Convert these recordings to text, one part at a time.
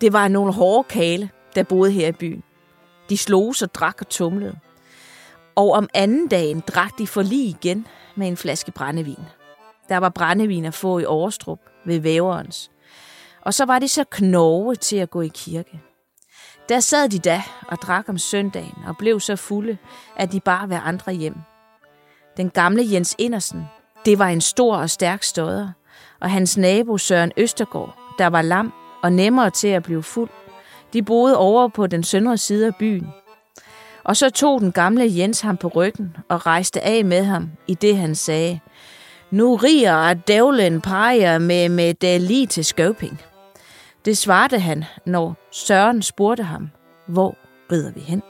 Det var nogle hårde kale, der boede her i byen. De slog og drak og tumlede. Og om anden dagen drak de for lige igen med en flaske brændevin. Der var brændevin at få i Overstrup ved væverens. Og så var de så knoge til at gå i kirke. Der sad de da og drak om søndagen og blev så fulde, at de bar hver andre hjem. Den gamle Jens Indersen, det var en stor og stærk stodder, og hans nabo Søren Østergaard, der var lam og nemmere til at blive fuld, de boede over på den søndre side af byen. Og så tog den gamle Jens ham på ryggen og rejste af med ham, i det han sagde, nu riger at dævlen peger med det lige til Skøvping. Det svarte han, når Søren spurgte ham, hvor rider vi hen?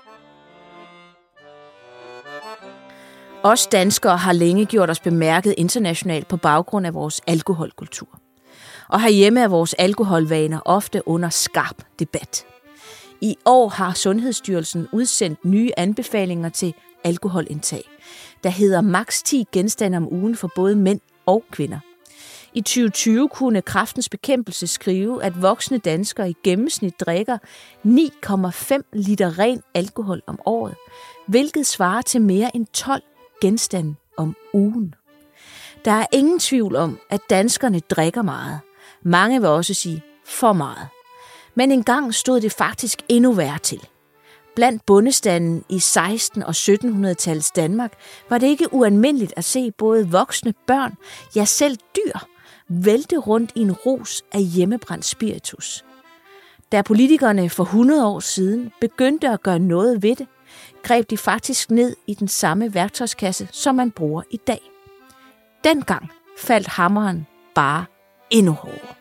Os danskere har længe gjort os bemærket internationalt på baggrund af vores alkoholkultur. Og herhjemme er vores alkoholvaner ofte under skarp debat. I år har Sundhedsstyrelsen udsendt nye anbefalinger til alkoholindtag, der hedder maks 10 genstande om ugen for både mænd og kvinder. I 2020 kunne Kræftens Bekæmpelse skrive, at voksne danskere i gennemsnit drikker 9,5 liter ren alkohol om året, hvilket svarer til mere end 12 genstande om ugen. Der er ingen tvivl om, at danskerne drikker meget. Mange vil også sige for meget. Men engang stod det faktisk endnu værre til. Blandt bondestanden i 1600- og 1700-tallets Danmark var det ikke ualmindeligt at se både voksne børn, ja selv dyr, vælte rundt i en rus af hjemmebrændt spiritus. Da politikerne for 100 år siden begyndte at gøre noget ved det, greb de faktisk ned i den samme værktøjskasse, som man bruger i dag. Dengang faldt hammeren bare endnu hårdere.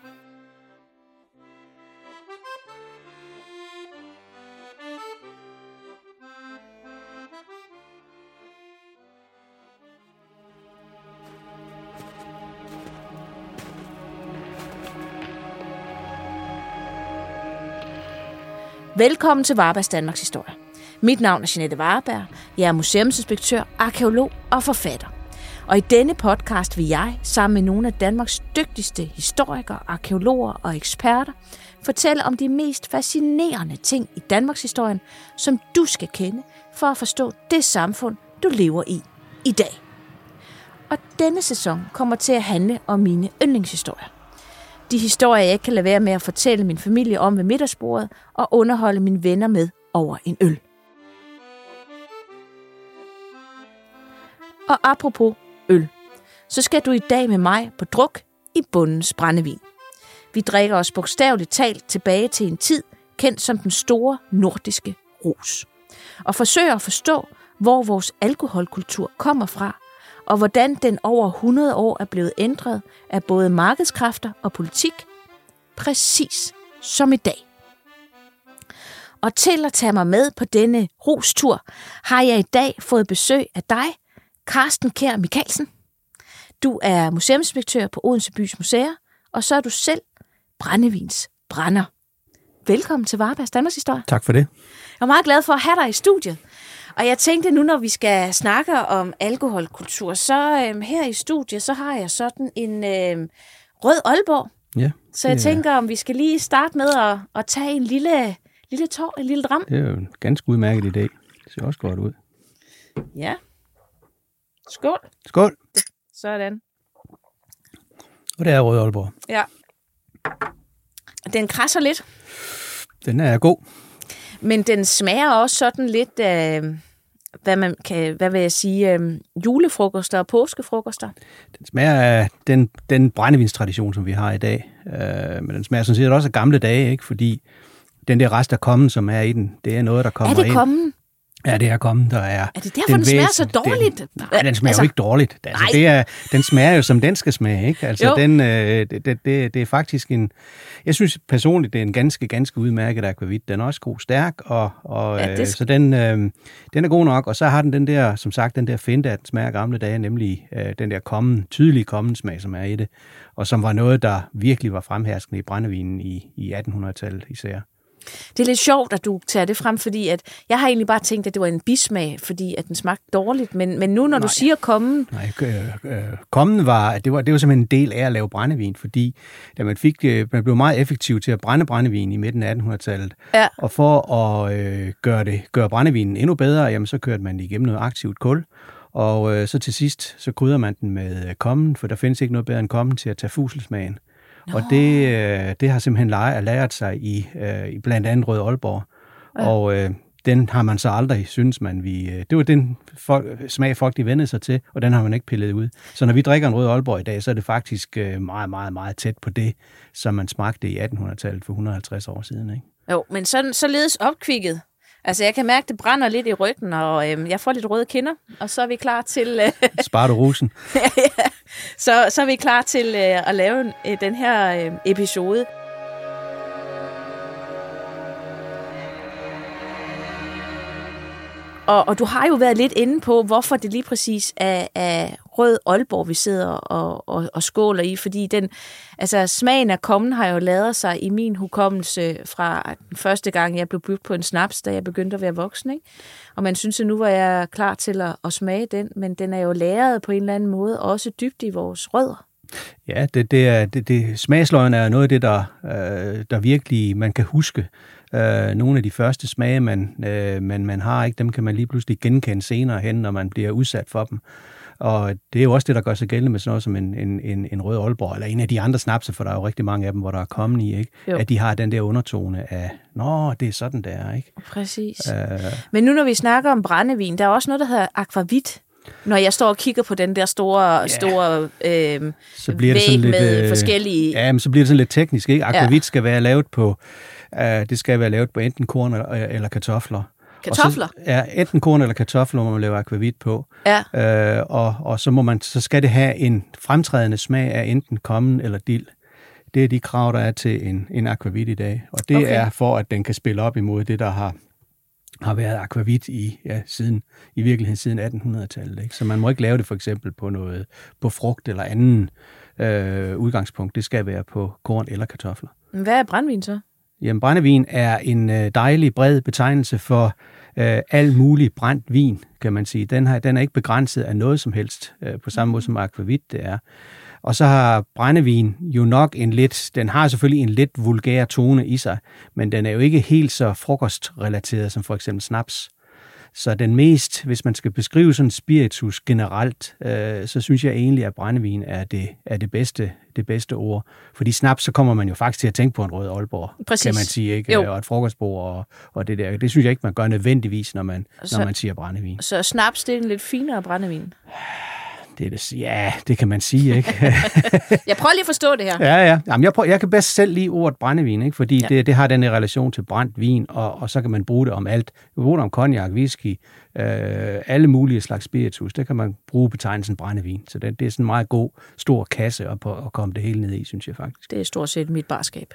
Velkommen til Varbergs Danmarks Historie. Mit navn er Jeanette Varberg. Jeg er museumsinspektør, arkæolog og forfatter. Og i denne podcast vil jeg, sammen med nogle af Danmarks dygtigste historikere, arkæologer og eksperter, fortælle om de mest fascinerende ting i Danmarks historien, som du skal kende for at forstå det samfund, du lever i dag. Og denne sæson kommer til at handle om mine yndlingshistorier. De historier, jeg ikke kan lade være med at fortælle min familie om ved middagsbordet og underholde mine venner med over en øl. Og apropos øl, så skal du i dag med mig på druk i bondens brændevin. Vi drikker os bogstaveligt talt tilbage til en tid, kendt som den store nordiske rus. Og forsøger at forstå, hvor vores alkoholkultur kommer fra, og hvordan den over 100 år er blevet ændret af både markedskræfter og politik, præcis som i dag. Og til at tage mig med på denne rustur, har jeg i dag fået besøg af dig, Carsten Kjær Michaelsen. Du er museumsinspektør på Odense Bys Museer, og så er du selv brændevinsbrænder. Velkommen til Varbergs Danmarks Historie. Tak for det. Jeg er meget glad for at have dig i studiet. Og jeg tænkte nu, når vi skal snakke om alkoholkultur, så her i studiet, så har jeg sådan en rød Aalborg. Ja. Så jeg tænker, om vi skal lige starte med at tage en lille tår, en lille dram. Det er jo en ganske udmærket idé. Det ser også godt ud. Ja. Skål. Skål. Sådan. Og det er rød Aalborg. Ja. Den krasser lidt. Den er god. Men den smager også sådan lidt af, julefrokoster og påskefrokoster. Den smager af den brændevinstradition, som vi har i dag. Men den smager sådan set også af gamle dage, ikke? Fordi den der rest af kommen, som er i den, det er noget, der kommer ind. Er det kommen? Ja, det er kommen, der er... Er det derfor, den smager så dårligt? Nej, den smager jo ikke dårligt. Altså, den smager jo, som den skal smage, ikke? Altså, det er faktisk en... Jeg synes personligt, det er en ganske udmærket akvavit. Den er også god stærk, så den er god nok. Og så har den der, som sagt, den der finte, at den smager gamle dage, nemlig den der tydelige kommensmag, som er i det. Og som var noget, der virkelig var fremherskende i brændevinen i 1800-tallet især. Det er lidt sjovt, at du tager det frem, fordi at jeg har egentlig bare tænkt, at det var en bismag, fordi at den smagte dårligt. Men nu, når du siger kommen... Nej, kommen var, det var simpelthen en del af at lave brændevin, fordi da man blev meget effektiv til at brænde brændevin i midten af 1800-tallet. Ja. Og for at gøre brændevinen endnu bedre, jamen, så kørte man igennem noget aktivt kul. Og så til sidst, så krydder man den med kommen, for der findes ikke noget bedre end kommen til at tage fuselsmagen. Og det har simpelthen lært sig i blandt andet Rød Aalborg. Ja. Og den har man så aldrig, synes man, det var den smag, folk de vendte sig til, og den har man ikke pillet ud. Så når vi drikker en Rød Aalborg i dag, så er det faktisk meget, meget, meget tæt på det, som man smagte i 1800-tallet for 150 år siden. Ikke? Jo, men således opkvikket. Altså, jeg kan mærke, at det brænder lidt i ryggen, og jeg får lidt røde kinder, og så er vi klar til... Sparer du rosen? Ja. Så er vi klar til at lave den her episode. Og du har jo været lidt inde på, hvorfor det lige præcis er Rød Aalborg, vi sidder og skåler i, fordi smagen af kommen har jo ladet sig i min hukommelse fra den første gang, jeg blev budt på en snaps, da jeg begyndte at være voksen, ikke? Og man synes, at nu var jeg klar til at smage den, men den er jo lagret på en eller anden måde, også dybt i vores rødder. Ja, smagsløgene er noget af det, der virkelig man kan huske. Nogle af de første smage, man har, ikke, dem kan man lige pludselig genkende senere hen, når man bliver udsat for dem. Og det er jo også det, der gør sig gældende med sådan noget som en Rød Aalborg, eller en af de andre snapser, for der er jo rigtig mange af dem, hvor der er kommen i, ikke? At de har den der undertone af, det er sådan, det er, ikke? Præcis. Men nu, når vi snakker om brændevin, der er også noget, der hedder akvavit. Når jeg står og kigger på den der store så bliver det væg lidt, med forskellige... Ja, men så bliver det sådan lidt teknisk, ikke? Akvavit skal være lavet på... det skal være lavet på enten korn eller kartofler. Kartofler? Enten korn eller kartofler må man lave akvavit på. Ja. Og så skal det have en fremtrædende smag af enten kommen eller dild. Det er de krav, der er til en akvavit i dag. Og det er for, at den kan spille op imod det, der har været akvavit i virkeligheden siden 1800-tallet. Ikke? Så man må ikke lave det for eksempel på frugt eller anden udgangspunkt. Det skal være på korn eller kartofler. Hvad er brændvin så? Jamen, brændevin er en dejlig, bred betegnelse for al mulig brændt vin, kan man sige. Den er ikke begrænset af noget som helst, på samme måde som akvavit det er. Og så har brændevin jo nok den har selvfølgelig en lidt vulgær tone i sig, men den er jo ikke helt så frokostrelateret som for eksempel snaps. Så den mest, hvis man skal beskrive sådan spiritus generelt, så synes jeg egentlig, at brændevin er det bedste ord. Fordi snaps, så kommer man jo faktisk til at tænke på en Rød Aalborg, præcis, kan man sige, ikke? Og et frokostbord og det der. Det synes jeg ikke, man gør nødvendigvis, når man siger brændevin. Så snaps, det er en lidt finere brændevin? Det kan man sige, ikke? Jeg prøver lige at forstå det her. Ja. Jamen, jeg kan bedst selv lide ordet brændevin, ikke? Fordi det har den relation til brændt vin, og så kan man bruge det om alt. Man bruger det om cognac, whisky, alle mulige slags spiritus. Der kan man bruge betegnelsen brændevin. Så det er sådan en meget god, stor kasse at komme det hele ned i, synes jeg faktisk. Det er stort set mit barskab.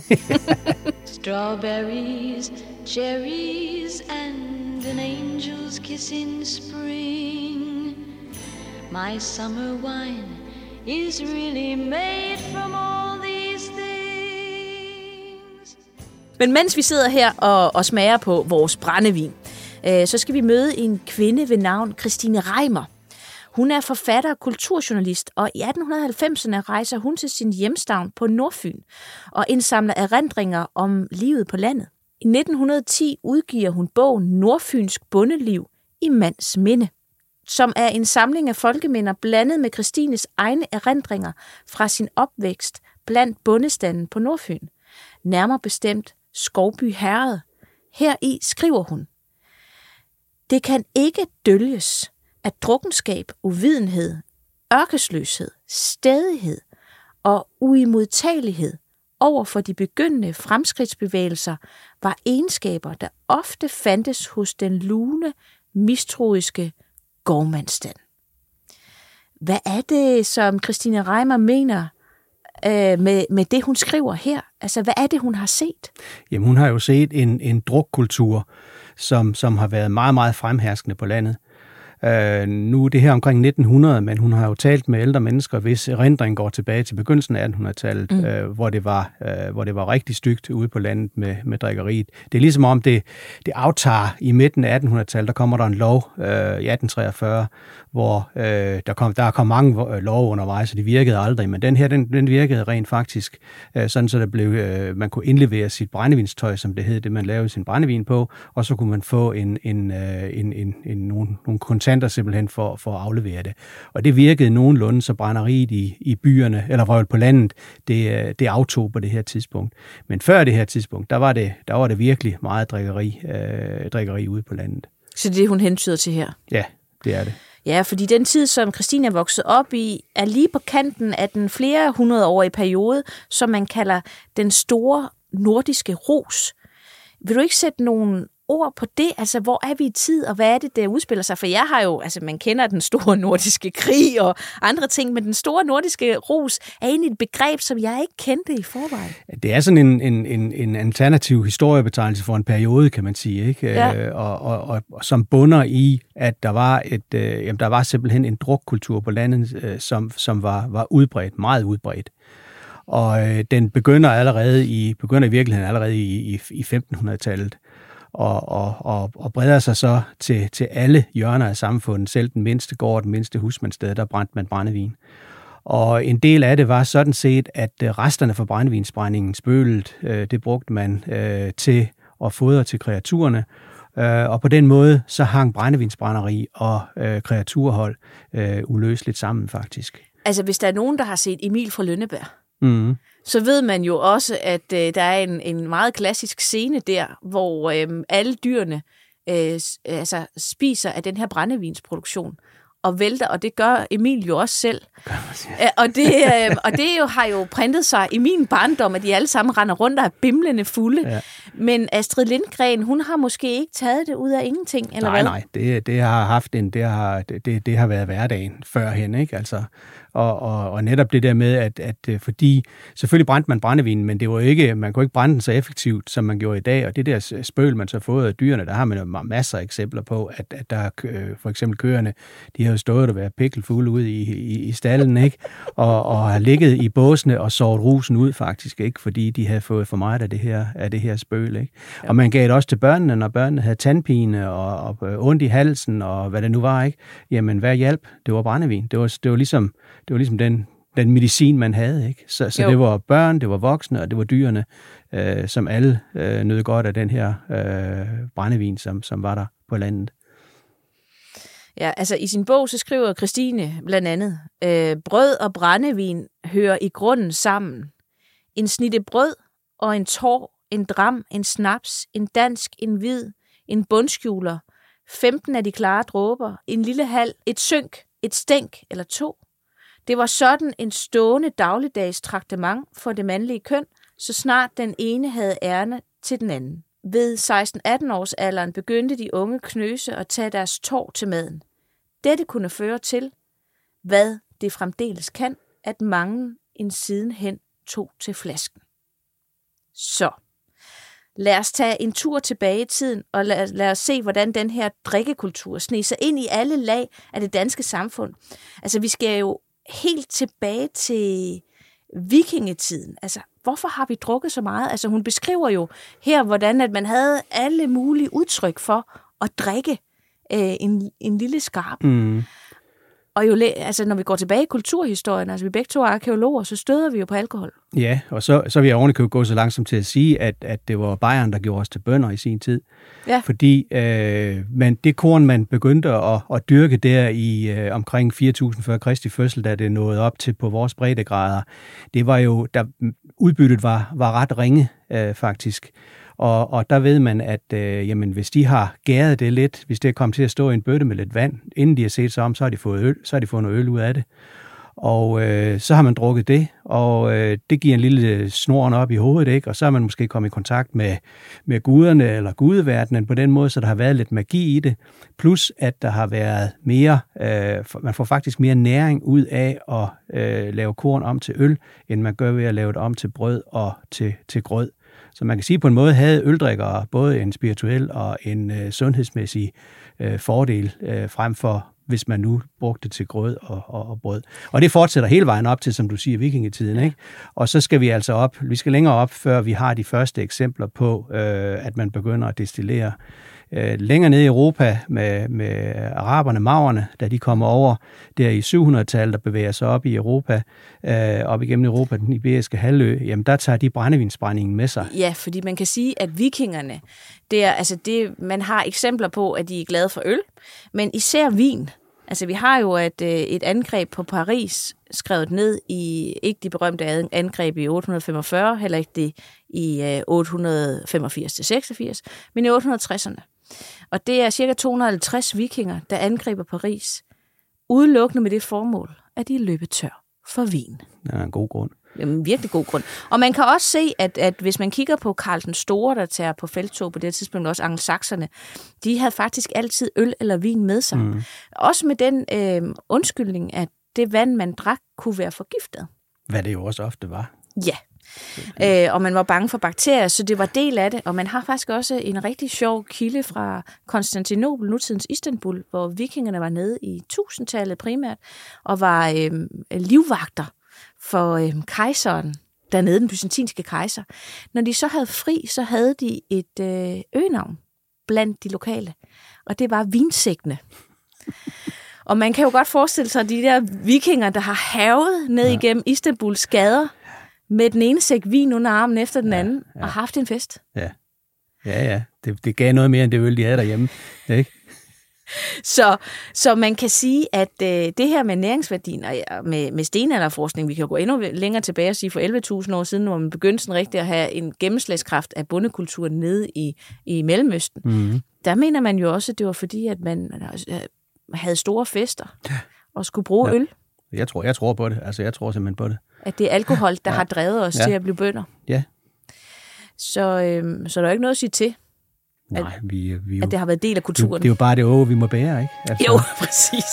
Strawberries, cherries and an angel's kiss in spring. My summer wine is really made from all these things. Men mens vi sidder her og smager på vores brændevin, så skal vi møde en kvinde ved navn Christine Reimer. Hun er forfatter og kulturjournalist, og i 1890'erne rejser hun til sin hjemstavn på Nordfyn og indsamler erindringer om livet på landet. I 1910 udgiver hun bogen Nordfynsk bondeliv i mands minde, som er en samling af folkeminder blandet med Christines egne erindringer fra sin opvækst blandt bondestanden på Nordfyn. Nærmere bestemt Skovby Herred. Heri skriver hun: Det kan ikke dølges, at drukkenskab, uvidenhed, ørkesløshed, stædighed og uimodtagelighed over for de begyndende fremskridtsbevægelser var egenskaber, der ofte fandtes hos den lune, mistroiske gårdmandsstand. Hvad er det, som Christine Reimer mener med det, hun skriver her? Altså, hvad er det, hun har set? Jamen, hun har jo set en drukkultur, som har været meget, meget fremherskende på landet. Nu er det her omkring 1900, men hun har jo talt med ældre mennesker, hvis erindring går tilbage til begyndelsen af 1800-tallet, hvor det var rigtig stygt ude på landet med drikkeriet. Det er ligesom om det aftager i midten af 1800-tallet. Der kommer der en lov i 1843, hvor der kom mange love undervejs, og de virkede aldrig, men den her, den virkede rent faktisk, sådan så man kunne indlevere sit brændevinstøj, som det hed, det man lavede sin brændevin på, og så kunne man få nogle kontanter simpelthen for at aflevere det. Og det virkede nogenlunde, så brænderiet i byerne, eller på landet, det aftog på det her tidspunkt. Men før det her tidspunkt, der var det virkelig meget drikkeri ude på landet. Så det hun hentyder til her? Ja, det er det. Ja, fordi den tid, som Christine er vokset op i, er lige på kanten af den flere hundredårige periode, som man kalder den store nordiske rus. Vil du ikke sætte nogle ord på det? Altså, hvor er vi i tid, og hvad er det, der udspiller sig? For jeg har jo, man kender den store nordiske krig og andre ting, men den store nordiske rus er egentlig et begreb, som jeg ikke kendte i forvejen. Det er sådan en alternativ historiebetegnelse for en periode, kan man sige, ikke? Ja. Og som bunder i, at der var simpelthen en drukkultur på landet, som var udbredt, meget udbredt. Og den begynder i virkeligheden allerede i 1500-tallet. Og breder sig så til alle hjørner af samfundet, selv den mindste gård, den mindste husmandssted, der brændte man brændevin. Og en del af det var sådan set, at resterne fra brændevinsbrændingen, spølet, det brugte man til at fodre til kreaturerne. Og på den måde, så hang brændevinsbrænderi og kreaturhold uløseligt sammen, faktisk. Altså, hvis der er nogen, der har set Emil fra Lønneberg, så ved man jo også, at der er en meget klassisk scene der, hvor alle dyrene spiser af den her brændevinsproduktion og vælter, og det gør Emil jo også selv. Og det jo har jo printet sig i min barndom, at de alle sammen render rundt og er bimlende fulde. Ja. Men Astrid Lindgren, hun har måske ikke taget det ud af ingenting, eller hvad? Nej, det har været hverdagen førhen, ikke? Altså, og netop det der med, at fordi selvfølgelig brændte man brændevin, men det var ikke, man kunne ikke brænde den så effektivt, som man gjorde i dag, og det der spøl, man så fået af dyrene, der har man jo masser af eksempler på, at der for eksempel køerne, de har jo stået og været pikkelfulde ude i stallen, ikke? Og har ligget i båsene og sovet rusen ud faktisk, ikke? Fordi de havde fået for meget af det her spøl, ikke? Ja. Og man gav det også til børnene, når børnene havde tandpine og ondt i halsen og hvad det nu var, ikke? Jamen, hvad hjalp? Det var brændevin. Det var ligesom den medicin, man havde, ikke? Så det var børn, det var voksne, og det var dyrene, som alle nød godt af den her brændevin, som var der på landet. Ja, altså i sin bog, så skriver Christine blandt andet, brød og brændevin hører i grunden sammen. En snitte brød og en tår, en dram, en snaps, en dansk, en hvid, en bundskjuler, 15 af de klare dråber, en lille halv, et synk, et stænk eller 2. Det var sådan en stående dagligdags traktement for det mandlige køn, så snart den ene havde ærne til den anden. Ved 16-18 års alderen begyndte de unge knøse at tage deres tår til maden. Dette kunne føre til, hvad det fremdeles kan, at mange en sidenhen tog til flasken. Så lad os tage en tur tilbage i tiden, og lad os se, hvordan den her drikkekultur sneg sig ind i alle lag af det danske samfund. Altså, vi skal jo helt tilbage til vikingetiden. Altså, hvorfor har vi drukket så meget? Altså, hun beskriver jo her, hvordan at man havde alle mulige udtryk for at drikke en lille skarp. Og jo, altså, når vi går tilbage i kulturhistorien, altså vi begge to er arkeologer, så støder vi jo på alkohol. Ja, og så vil jeg ovenikøbet gå så langsomt til at sige, at det var Bayern, der gjorde os til bønder i sin tid. Ja. Fordi det korn, man begyndte at dyrke der i omkring 4.000 før Kristi fødsel, da det nåede op til på vores breddegrader, det var jo, udbyttet var ret ringe faktisk. Og der ved man, at jamen, hvis de har gæret det lidt, hvis det er kommet til at stå i en bøtte med lidt vand, inden de har set sig om, så har de fået øl, så har de fået noget øl ud af det. Og så har man drukket det, og det giver en lille snoren op i hovedet, ikke? Og så er man måske kommet i kontakt med guderne eller gudeverdenen på den måde, så der har været lidt magi i det. Plus at der har været mere, man får faktisk mere næring ud af at lave korn om til øl, end man gør ved at lave det om til brød og til grød. Så man kan sige, på en måde havde øldrikkere både en spirituel og en sundhedsmæssig fordel frem for hvis man nu brugte det til grød og brød. Og det fortsætter hele vejen op til, som du siger, vikingetiden, ikke? Og så skal vi altså vi skal længere op, før vi har de første eksempler på, at man begynder at destillere. Længere nede i Europa med araberne, maurerne, da de kommer over der i 700-tallet og bevæger sig op i Europa, op igennem Europa, den iberiske halvø, jamen der tager de brændevinsbrændingen med sig. Ja, fordi man kan sige, at vikingerne, man har eksempler på, at de er glade for øl, men især vin. Altså vi har jo et angreb på Paris skrevet ned i, ikke de berømte angreb i 845, heller ikke det i 885-86, men i 860'erne. Og det er cirka 250 vikinger, der angriber Paris, udelukkende med det formål, at de er løbet tør for vin. Det er en god grund. Jamen, virkelig god grund. Og man kan også se, at hvis man kigger på Karl den Store, der tager på felttog på det tidspunkt, også angelsakserne, de havde faktisk altid øl eller vin med sig. Mm. Også med den undskyldning, at det vand, man drak, kunne være forgiftet. Hvad det jo også ofte var. Ja. Og man var bange for bakterier, så det var del af det. Og man har faktisk også en rigtig sjov kilde fra Konstantinopel, nutidens Istanbul, hvor vikingerne var nede i 1000-tallet primært, og var livvagter for kejseren, dernede den byzantinske kejser. Når de så havde fri, så havde de et øgenavn blandt de lokale, og det var vinsækkene. Og man kan jo godt forestille sig, de der vikinger, der har hærget ned igennem Istanbuls gader, med den ene sæk vin under armen efter den anden, og haft en fest. Ja. Det gav noget mere, end det øl, de havde derhjemme. Ikke? Så man kan sige, at det her med næringsværdien og med stenalderforskning, vi kan gå endnu længere tilbage og sige for 11.000 år siden, hvor man begyndte sådan rigtigt at have en gennemslagskraft af bondekulturen nede i Mellemøsten. Mm-hmm. Der mener man jo også, at det var fordi, at man havde store fester og skulle bruge øl. Jeg tror på det. Altså, jeg tror simpelthen på det. At det er alkohol, der har drevet os til at blive bønder. Ja. Så der er ikke noget at sige til, nej, at det har været del af kulturen. Det er jo bare det vi må bære, ikke? Altså. Jo, præcis.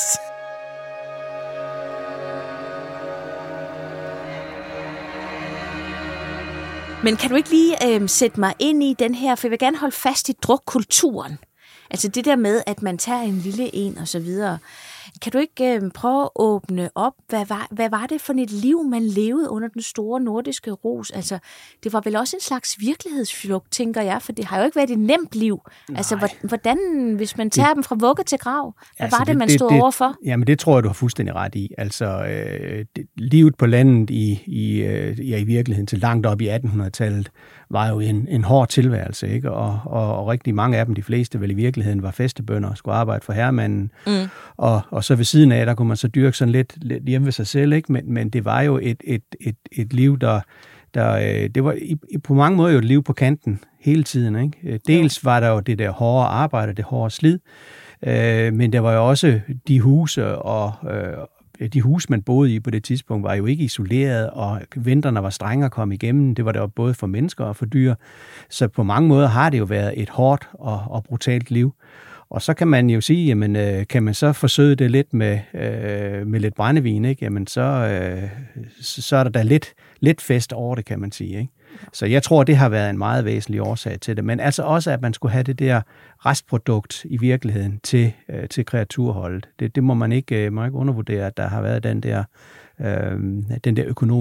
Men kan du ikke lige sætte mig ind i den her, for jeg vil gerne holde fast i drukkulturen. Altså det der med, at man tager en lille en og så videre. Kan du ikke prøve at åbne op? Hvad var det for et liv, man levede under den store nordiske ros? Altså, det var vel også en slags virkelighedsflugt, tænker jeg, for det har jo ikke været et nemt liv. Nej. Altså, hvordan, hvis man tager dem fra vugge til grav, hvad var det, man stod overfor? Jamen, det tror jeg, du har fuldstændig ret i. Altså, livet på landet i virkeligheden til langt op i 1800-tallet, var jo en hård tilværelse, ikke? Og rigtig mange af dem, de fleste vel i virkeligheden, var fæstebønder og skulle arbejde for herremanden. Mm. Og så ved siden af, der kunne man så dyrke sådan lidt hjemme ved sig selv, ikke? Men det var jo et liv, der det var på mange måder jo et liv på kanten hele tiden, ikke? Dels var der jo det der hårde arbejde, det hårde slid, men der var jo også de huse de huse, man boede i på det tidspunkt, var jo ikke isoleret, og vintrene var strenge at komme igennem. Det var der jo både for mennesker og for dyr. Så på mange måder har det jo været et hårdt og brutalt liv. Og så kan man jo sige, jamen, kan man så forsøge det lidt med lidt brændevin, ikke? Jamen, så er der da lidt fest over det, kan man sige, ikke? Så jeg tror, det har været en meget væsentlig årsag til det. Men altså også, at man skulle have det der restprodukt i virkeligheden til kreaturholdet. Det må man ikke undervurdere, at der har været det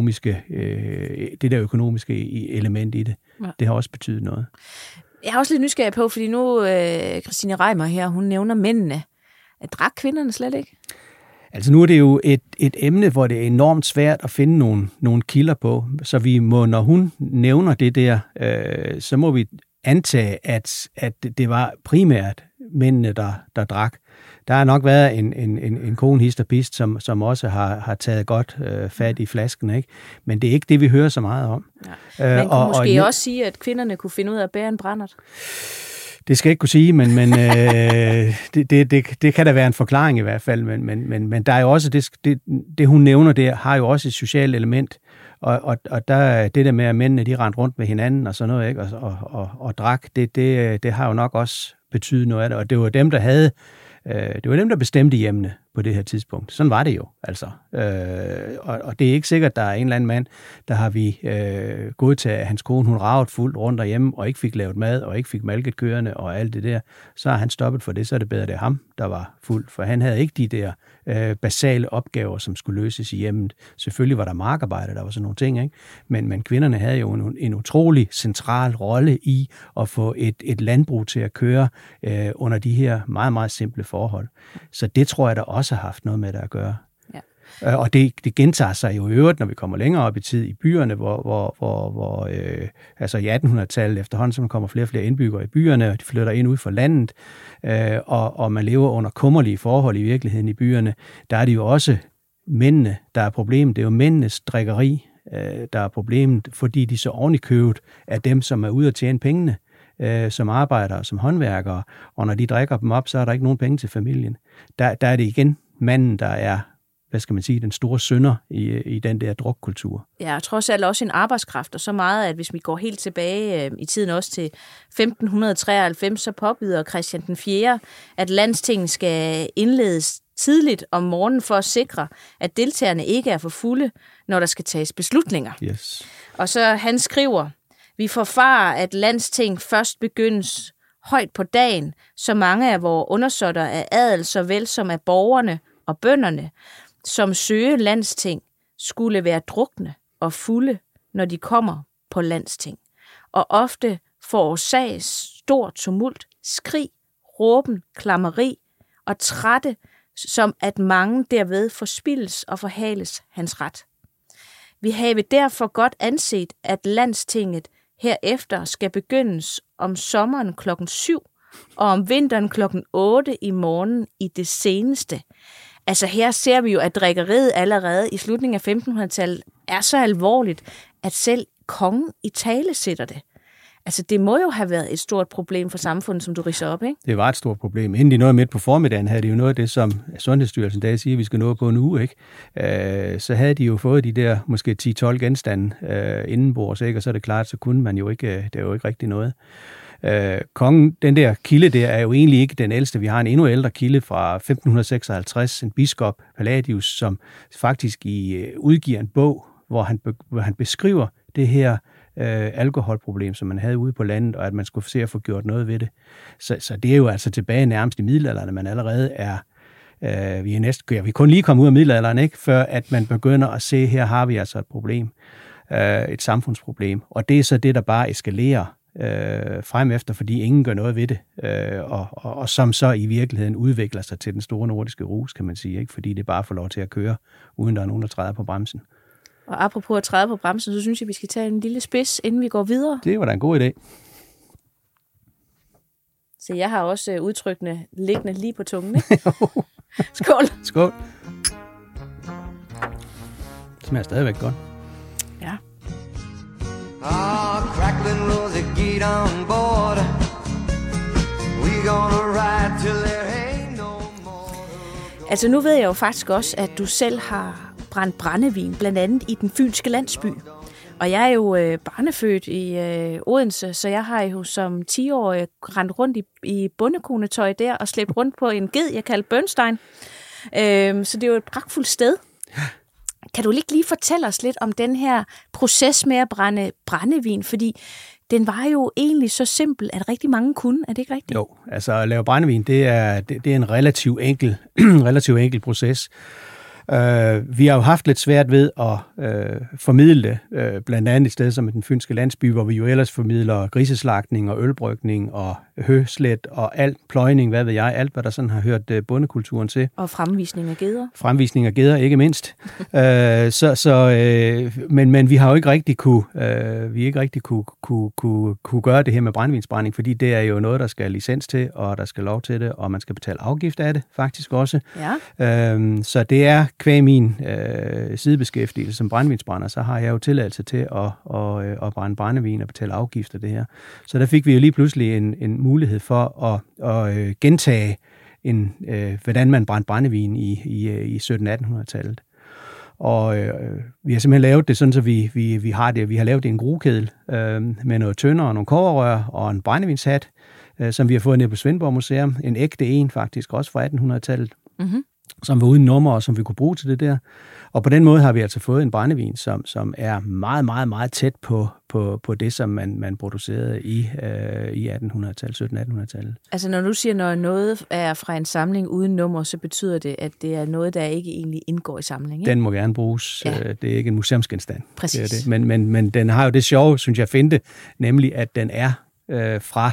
der økonomiske element i det. Ja. Det har også betydet noget. Jeg har også lidt nysgerrig på, fordi nu Christine Reimer her, hun nævner mændene. Drak kvinderne slet ikke? Altså nu er det jo et emne, hvor det er enormt svært at finde nogle kilder på, så vi må, når hun nævner det der, så må vi antage, at det var primært mændene, der drak. Der har nok været en kone hist og pist, som også har taget godt fat i flasken, ikke? Men det er ikke det, vi hører så meget om. Ja. Man kunne måske også sige, at kvinderne kunne finde ud af at bære en brændert. Det skal jeg ikke kunne sige, men det kan da være en forklaring i hvert fald. Men der er jo også det hun nævner der, har jo også et socialt element. Og der det der med, at mændene de rendte rundt med hinanden og sådan noget, ikke? Og drak, det har jo nok også betydet noget af det. Og det var dem, der bestemte hjemmene på det her tidspunkt. Sådan var det jo, altså. Og det er ikke sikkert, at der er en eller anden mand, der har vi godtaget, at hans kone, hun ravet fuldt rundt derhjemme, og ikke fik lavet mad, og ikke fik malket køerne, og alt det der. Så har han stoppet for det, så er det bedre, det er ham, der var fuld. For han havde ikke de der basale opgaver, som skulle løses i hjemmet. Selvfølgelig var der markarbejde, der var sådan nogle ting, ikke? Men kvinderne havde jo en utrolig central rolle i at få et landbrug til at køre under de her meget, meget simple forhold. Så det tror jeg, der også har haft noget med det at gøre. Ja. Og det gentager sig jo i øvrigt, når vi kommer længere op i tid i byerne, hvor altså i 1800-tallet efterhånden, så man kommer flere og flere indbyggere i byerne, og de flytter ind ud fra landet, og man lever under kummerlige forhold i virkeligheden i byerne. Der er det jo også mændene, der er problemet. Det er jo mændenes drikkeri, der er problemet, fordi de så ovenikøbet er dem, som er ude at tjene pengene, som arbejdere, som håndværkere, og når de drikker dem op, så er der ikke nogen penge til familien. Der er det igen manden, der er, hvad skal man sige, den store synder i den der drukkultur. Ja, og trods alt også en arbejdskraft, og så meget, at hvis vi går helt tilbage i tiden også til 1593, så påbyder Christian den 4., at landstinget skal indledes tidligt om morgenen for at sikre, at deltagerne ikke er for fulde, når der skal tages beslutninger. Yes. Og så han skriver, vi forfarer, at landsting først begyndes højt på dagen, så mange af vores undersåtter af adel, såvel som af borgerne og bønderne, som søge landsting, skulle være drukne og fulde, når de kommer på landsting. Og ofte forårsages stor tumult, skrig, råben, klammeri og trætte, som at mange derved forspildes og forhales hans ret. Vi have derfor godt anset, at landstinget herefter skal begyndes om sommeren 7:00 og om vinteren 8:00 i morgen i det seneste. Altså her ser vi jo, at drikkeriet allerede i slutningen af 1500-tallet er så alvorligt, at selv kongen i tale sætter det. Altså det må jo have været et stort problem for samfundet, som du ridser op, ikke? Det var et stort problem. Inden de nåede midt på formiddagen, havde de jo noget af det, som Sundhedsstyrelsen der siger, at vi skal nå på en uge, ikke? Så havde de jo fået de der måske 10-12 genstande indenbords, ikke? Og så er det klart, så kunne man jo ikke, det er jo ikke rigtig noget. Kongen, den der kilde der, er jo egentlig ikke den ældste. Vi har en endnu ældre kilde fra 1556, en biskop, Palladius, som faktisk udgiver en bog, hvor han beskriver det her alkoholproblem, som man havde ude på landet, og at man skulle se at få gjort noget ved det. Så det er jo altså tilbage nærmest i middelalderen, man allerede er, vi er kun lige kommet ud af middelalderen, ikke? Før at man begynder at se, her har vi altså et problem, et samfundsproblem, og det er så det, der bare eskalerer frem efter, fordi ingen gør noget ved det, og som så i virkeligheden udvikler sig til den store nordiske rus, kan man sige, ikke? Fordi det bare får lov til at køre, uden der er nogen, der træder på bremsen. Og apropos at træde på bremsen, så synes jeg, vi skal tage en lille spids, inden vi går videre. Det var da en god idé. Så jeg har også udtrykkene liggende lige på tungen, ikke? Skål! Skål! Det smager stadigvæk godt. Ja. Crackling rosy, get on board. We gonna ride till there ain't no more. Altså nu ved jeg jo faktisk også, at du selv har brændt brændevin, blandt andet i den fynske landsby. Og jeg er jo barnefødt i Odense, så jeg har jo som 10-årig rendt rundt i bondekonetøj der og slæbt rundt på en ged, jeg kaldte Bernstein. Så det er jo et pragtfuldt sted. Kan du lige fortælle os lidt om den her proces med at brænde brændevin? Fordi den var jo egentlig så simpel, at rigtig mange kunne. Er det ikke rigtigt? Jo, altså at lave brændevin, det er en relativt enkel proces. Vi har jo haft lidt svært ved at formidle det, blandt andet et sted som den fynske landsby, hvor vi jo ellers formidler griseslagtning og ølbrygning og høslet og alt, pløjning, hvad ved jeg, alt hvad der sådan har hørt bondekulturen til. Og fremvisning af geder. Fremvisning af geder, ikke mindst. Men vi har jo ikke rigtig kunne gøre det her med brændevinsbrænding, fordi det er jo noget, der skal licens til, og der skal lov til det, og man skal betale afgift af det faktisk også. Ja. Så det er kvæg min sidebeskæftigelse som brændevinsbrænder, så har jeg jo tilladelse til at brænde brændevin og betale afgift af det her. Så der fik vi jo lige pludselig en mulighed for at gentage hvordan man brændte brændevin i 1700-1800-tallet. Og vi har simpelthen lavet det sådan, så vi har lavet en gruekedel med noget tønder og nogle kobberrør og en brændevinshat, som vi har fået ned på Svendborg Museum. En ægte en faktisk, også fra 1800-tallet. Mm-hmm. som var uden nummer, og som vi kunne bruge til det der. Og på den måde har vi altså fået en brændevin, som er meget, meget, meget tæt på det, som man producerede i 1800-tallet, 1700-1800-tallet. Altså når du siger, når noget er fra en samling uden nummer, så betyder det, at det er noget, der ikke egentlig indgår i samlingen, ikke? Den må gerne bruges. Ja. Det er ikke en museumsgenstand. Præcis. Det er det. Men den har jo det sjove, synes jeg, finde, nemlig at den er fra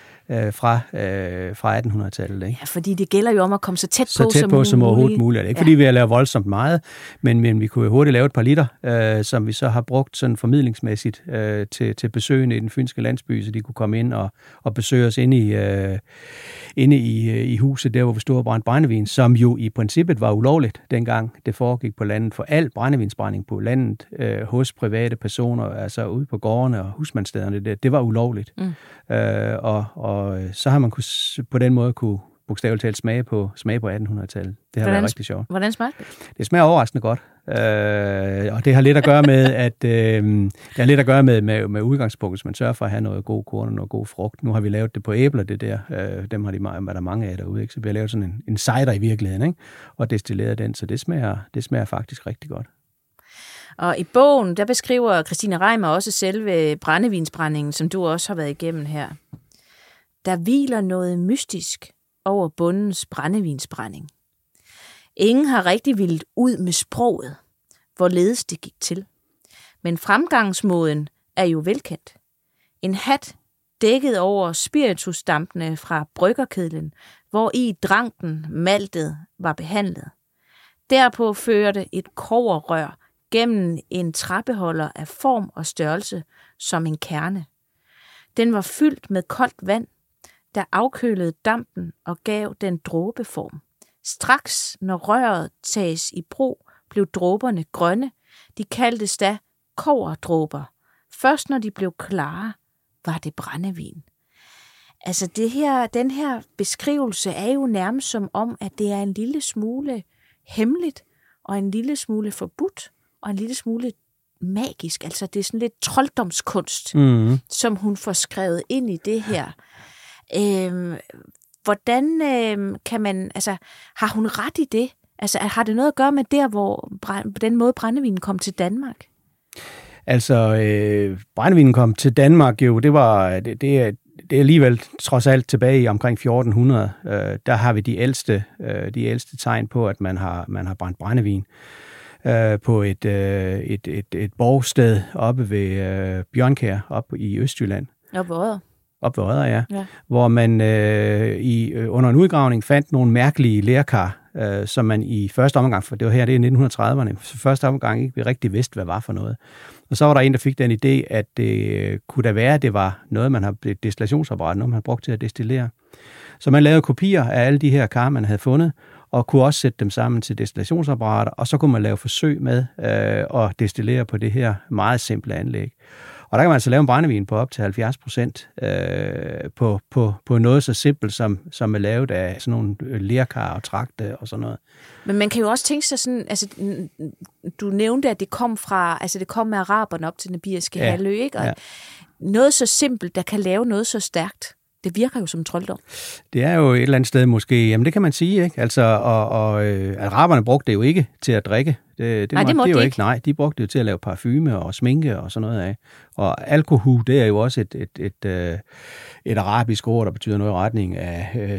1800-tallet. Ikke? Ja, fordi det gælder jo om at komme så tæt på som overhovedet muligt. Det er ikke fordi, vi har lavet voldsomt meget, men vi kunne jo hurtigt lave et par liter, som vi så har brugt sådan formidlingsmæssigt til besøgende i den fynske landsby, så de kunne komme ind og besøge os inde i huset, der hvor vi stod og brændte brændevin, som jo i princippet var ulovligt, dengang det foregik på landet. For al brændevinsbrænding på landet hos private personer, altså ude på gårdene og husmandsstederne, det var ulovligt. Og så har man på den måde kunne bogstaveligt talt smage på 1800-tallet. Det har været rigtig sjovt. Hvordan smagte det? Det smager overraskende godt. Og det har lidt at gøre med, med udgangspunktet, hvis man sørger for at have noget god korn og noget god frugt. Nu har vi lavet det på æbler, det der. Dem har der mange af derude, ikke? Så vi har lavet sådan en cider i virkeligheden, ikke? Og destilleret den, så det smager faktisk rigtig godt. Og i bogen, der beskriver Christine Reimer også selve brændevinsbrændingen, som du også har været igennem her. Der hviler noget mystisk over bondens brændevinsbrænding. Ingen har rigtig villet ud med sproget, hvorledes det gik til. Men fremgangsmåden er jo velkendt. En hat dækket over spiritusdampene fra bryggerkedlen, hvor i dranken maltet var behandlet. Derpå førte et kobberrør gennem en trappeholder af form og størrelse som en kerne. Den var fyldt med koldt vand, der afkølede dampen og gav den dråbeform. Straks, når røret tages i brug, blev dråberne grønne. De kaldtes da kobberdråber. Først når de blev klare, var det brændevin. Altså den her beskrivelse er jo nærmest som om, at det er en lille smule hemmeligt, og en lille smule forbudt, og en lille smule magisk. Altså det er sådan lidt trolddomskunst, som hun får skrevet ind i det her. Hvordan kan man, altså har hun ret i det? Altså har det noget at gøre med der, hvor på den måde brændevinen kom til Danmark? Altså brændevinen kom til Danmark jo, det er alligevel trods alt tilbage i omkring 1400. Der har vi de ældste tegn på, at man har brændt brændevin på et borgsted oppe ved Bjørnkær, oppe i Østjylland. Op ved Odder, ja. Hvor man under en udgravning fandt nogle mærkelige lerkar, som man i første omgang, for det var her, det er 1930'erne, så første omgang ikke vi rigtig vidste, hvad var for noget. Og så var der en, der fik den idé, at det kunne da være, at det var noget, man har et destillationsapparat, noget man har brugt til at destillere. Så man lavede kopier af alle de her kar, man havde fundet, og kunne også sætte dem sammen til destillationsapparater, og så kunne man lave forsøg med at destillere på det her meget simple anlæg. Og der kan man altså lave en brændevin på op til 70% på noget så simpelt, som er lavet af sådan nogle lerkar og trakte og sådan noget. Men man kan jo også tænke sig sådan, altså du nævnte, at det kom med araberne op til den iberiske halvø, ikke? Og noget så simpelt, der kan lave noget så stærkt. Det virker jo som trolddom. Det er jo et eller andet sted måske, jamen det kan man sige, ikke? Altså, araberne brugte det jo ikke til at drikke. Det måtte de ikke. Nej, de brugte det jo til at lave parfume og sminke og sådan noget af. Og alkohol, det er jo også et arabisk ord, der betyder noget i retning af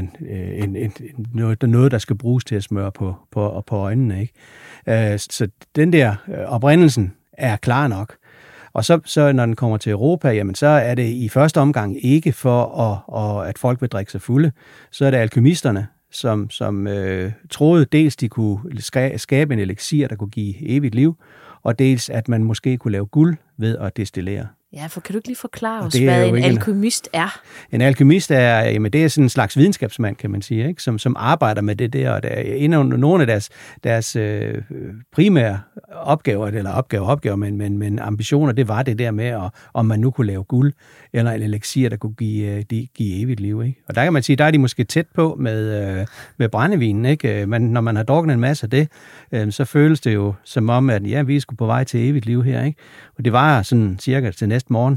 noget, der skal bruges til at smøre på øjnene, ikke? Så den der oprindelsen er klar nok. Og så når den kommer til Europa, jamen så er det i første omgang ikke for, at folk vil drikke sig fulde. Så er det alkymisterne, som troede dels, de kunne skabe en eliksir, der kunne give evigt liv, og dels, at man måske kunne lave guld ved at destillere. Ja, for kan du ikke lige forklare os, hvad en alkymist er? En alkymist det er sådan en slags videnskabsmand, kan man sige, ikke? Som arbejder med det der, og der er en af nogle af deres primære opgaver, men ambitioner, det var det der med, om man nu kunne lave guld, eller en eliksir, der kunne give evigt liv, ikke? Og der kan man sige, der er de måske tæt på med brændevinen, ikke? Men når man har drukket en masse af det, så føles det jo som om, at ja, vi er sgu på vej til evigt liv her, ikke? Og det var sådan cirka til næsten næste morgen,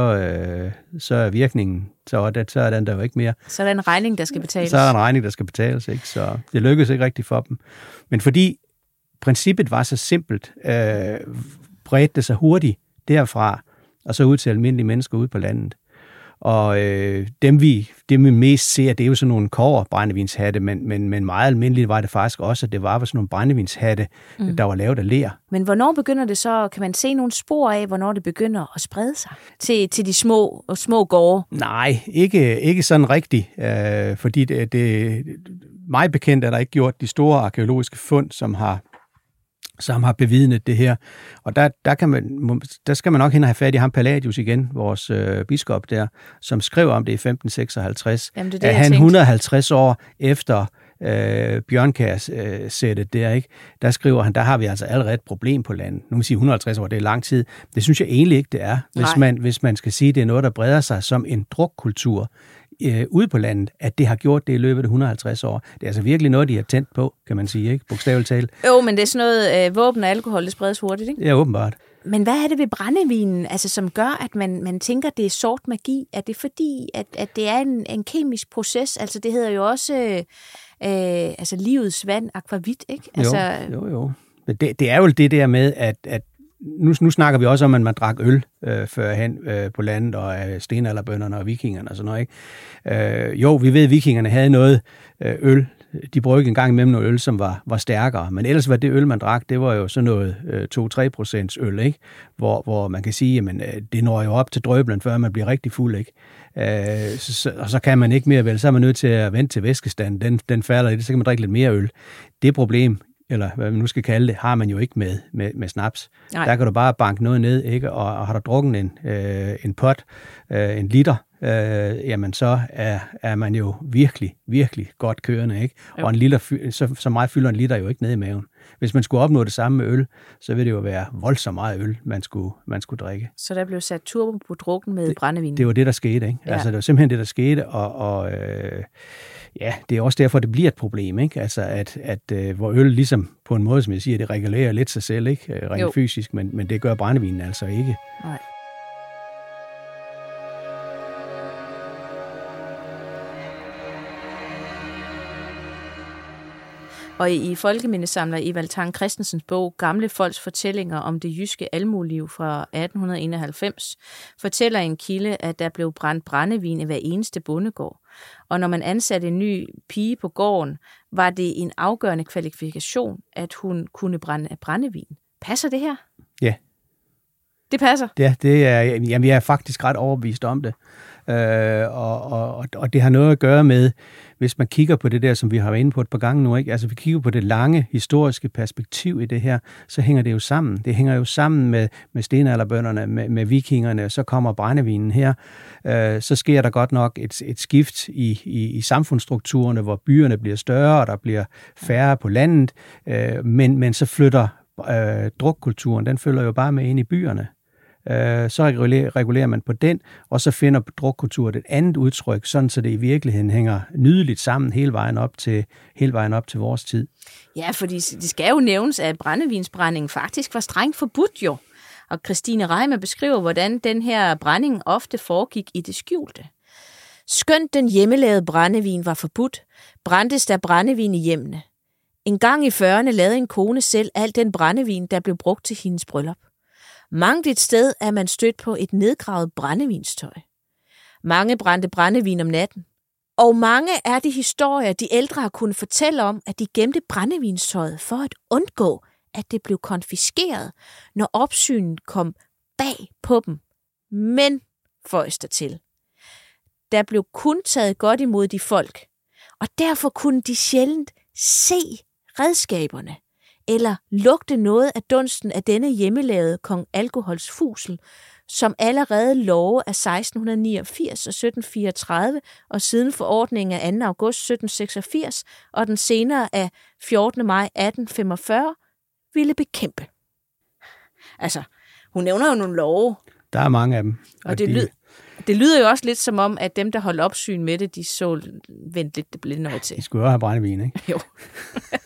så er virkningen, så er den der jo ikke mere. Så er der en regning, der skal betales. Så er der en regning, der skal betales, ikke? Så det lykkedes ikke rigtigt for dem. Men fordi princippet var så simpelt, bredte det sig hurtigt derfra, og så ud til almindelige mennesker ude på landet. Og dem vi mest ser, det er jo sådan nogle kobberbrændevins-hatte, men meget almindeligt var det faktisk også, at det var sådan nogle brændevins-hatte, der var lavet af ler. Men hvornår begynder det så, kan man se nogle spor af, hvornår det begynder at sprede sig til de små gårde? Nej, ikke sådan rigtigt, fordi det meget bekendt er der ikke gjort de store arkæologiske fund, som har bevidnet det her. Og der skal man nok hen og have fat i ham Palladius igen, vores biskop der, som skrev om det i 1556. Jamen, det at han 150 år efter Bjørnkærs sættet der, ikke? Der skriver han, der har vi altså allerede et problem på landet. Nu må sige 150 år, det er lang tid. Det synes jeg egentlig ikke, det er. Hvis man skal sige, det er noget, der breder sig som en drukkultur ude på landet, at det har gjort det i løbet af 150 år. Det er altså virkelig noget, de har tændt på, kan man sige, ikke? Bogstaveligt talt. Jo, men det er sådan noget våben og alkohol, det spredes hurtigt, ikke? Ja, åbenbart. Men hvad er det ved brændevinen, altså, som gør, at man tænker, det er sort magi? Er det fordi, at det er en kemisk proces? Altså, det hedder jo også livets vand, akvavit, ikke? Altså, jo. Men det er jo det der med, at nu snakker vi også om, at man drak øl førhen på landet, og stenalderbønderne og vikingerne og sådan noget, ikke? Jo, vi ved, at vikingerne havde noget øl. De brugte en gang imellem noget øl, som var stærkere. Men ellers var det øl, man drak, det var jo sådan noget 2-3% øl, ikke? Hvor man kan sige, at det når jo op til drøblen, før man bliver rigtig fuld, ikke? Og så kan man ikke mere vel. Så er man nødt til at vente til væskestanden. Den falder i det, så kan man drikke lidt mere øl. Det problem, eller hvad man nu skal kalde det, har man jo ikke med snaps. Nej. Der kan du bare banke noget ned, ikke? Og har du drukket en pot, en liter, jamen så er man jo virkelig, virkelig godt kørende, ikke? Jo. Og en liter, så meget fylder en liter jo ikke ned i maven. Hvis man skulle opnå det samme med øl, så ville det jo være voldsomt meget øl, man skulle drikke. Så der blev sat turbo på drukken med brændevin? Det var det, der skete, ikke? Ja. Altså, det var simpelthen det, der skete, og ja, det er også derfor, det bliver et problem, ikke? Altså, at hvor øl ligesom på en måde, som jeg siger, det regulerer lidt sig selv, ikke? Rent fysisk, men det gør brændevinen altså ikke. Nej. Og i folkemindesamler Evald Tang Kristensens bog Gamle folks fortællinger om det jyske almueliv fra 1891 fortæller en kilde, at der blev brændt brændevin i hver eneste bondegård. Og når man ansatte en ny pige på gården, var det en afgørende kvalifikation, at hun kunne brænde brændevin. Passer det her? Ja. Det passer? Ja, jeg er faktisk ret overbevist om det. Og det har noget at gøre med, hvis man kigger på det der, som vi har været inde på et par gange nu, ikke? Altså vi kigger på det lange historiske perspektiv i det her, så hænger det jo sammen. Det hænger jo sammen med stenalderbønderne, med vikingerne, og så kommer brændevinen her. Så sker der godt nok et skift i samfundsstrukturerne, hvor byerne bliver større, og der bliver færre på landet, men så flytter drukkulturen, den følger jo bare med ind i byerne. Så regulerer man på den, og så finder drukkulturen et andet udtryk, sådan så det i virkeligheden hænger nydeligt sammen hele vejen op til vores tid. Ja, fordi det skal jo nævnes, at brændevinsbrændingen faktisk var strengt forbudt jo. Og Christine Reimer beskriver, hvordan den her brænding ofte foregik i det skjulte. Skønt den hjemmelavede brændevin var forbudt, brændtes der brændevin i hjemmene. En gang i 40'erne lavede en kone selv al den brændevin, der blev brugt til hendes bryllup. Mangt et sted er man stødt på et nedgravet brændevinstøj. Mange brændte brændevin om natten. Og mange er de historier, de ældre har kunnet fortælle om, at de gemte brændevinstøjet for at undgå, at det blev konfiskeret, når opsynet kom bag på dem. Men, føjes der til, der blev kun taget godt imod de folk, og derfor kunne de sjældent se redskaberne, eller lugte noget af dunsten af denne hjemmelavede kong Alkohols fusel, som allerede love af 1689 og 1734, og siden forordningen af 2. august 1786, og den senere af 14. maj 1845, ville bekæmpe. Altså, hun nævner jo nogle love. Der er mange af dem. Og det lyder jo også lidt som om, at dem, der holdt opsyn med det, de så vendt lidt det blinde øje til. De skulle jo have brændevin, ikke? Jo.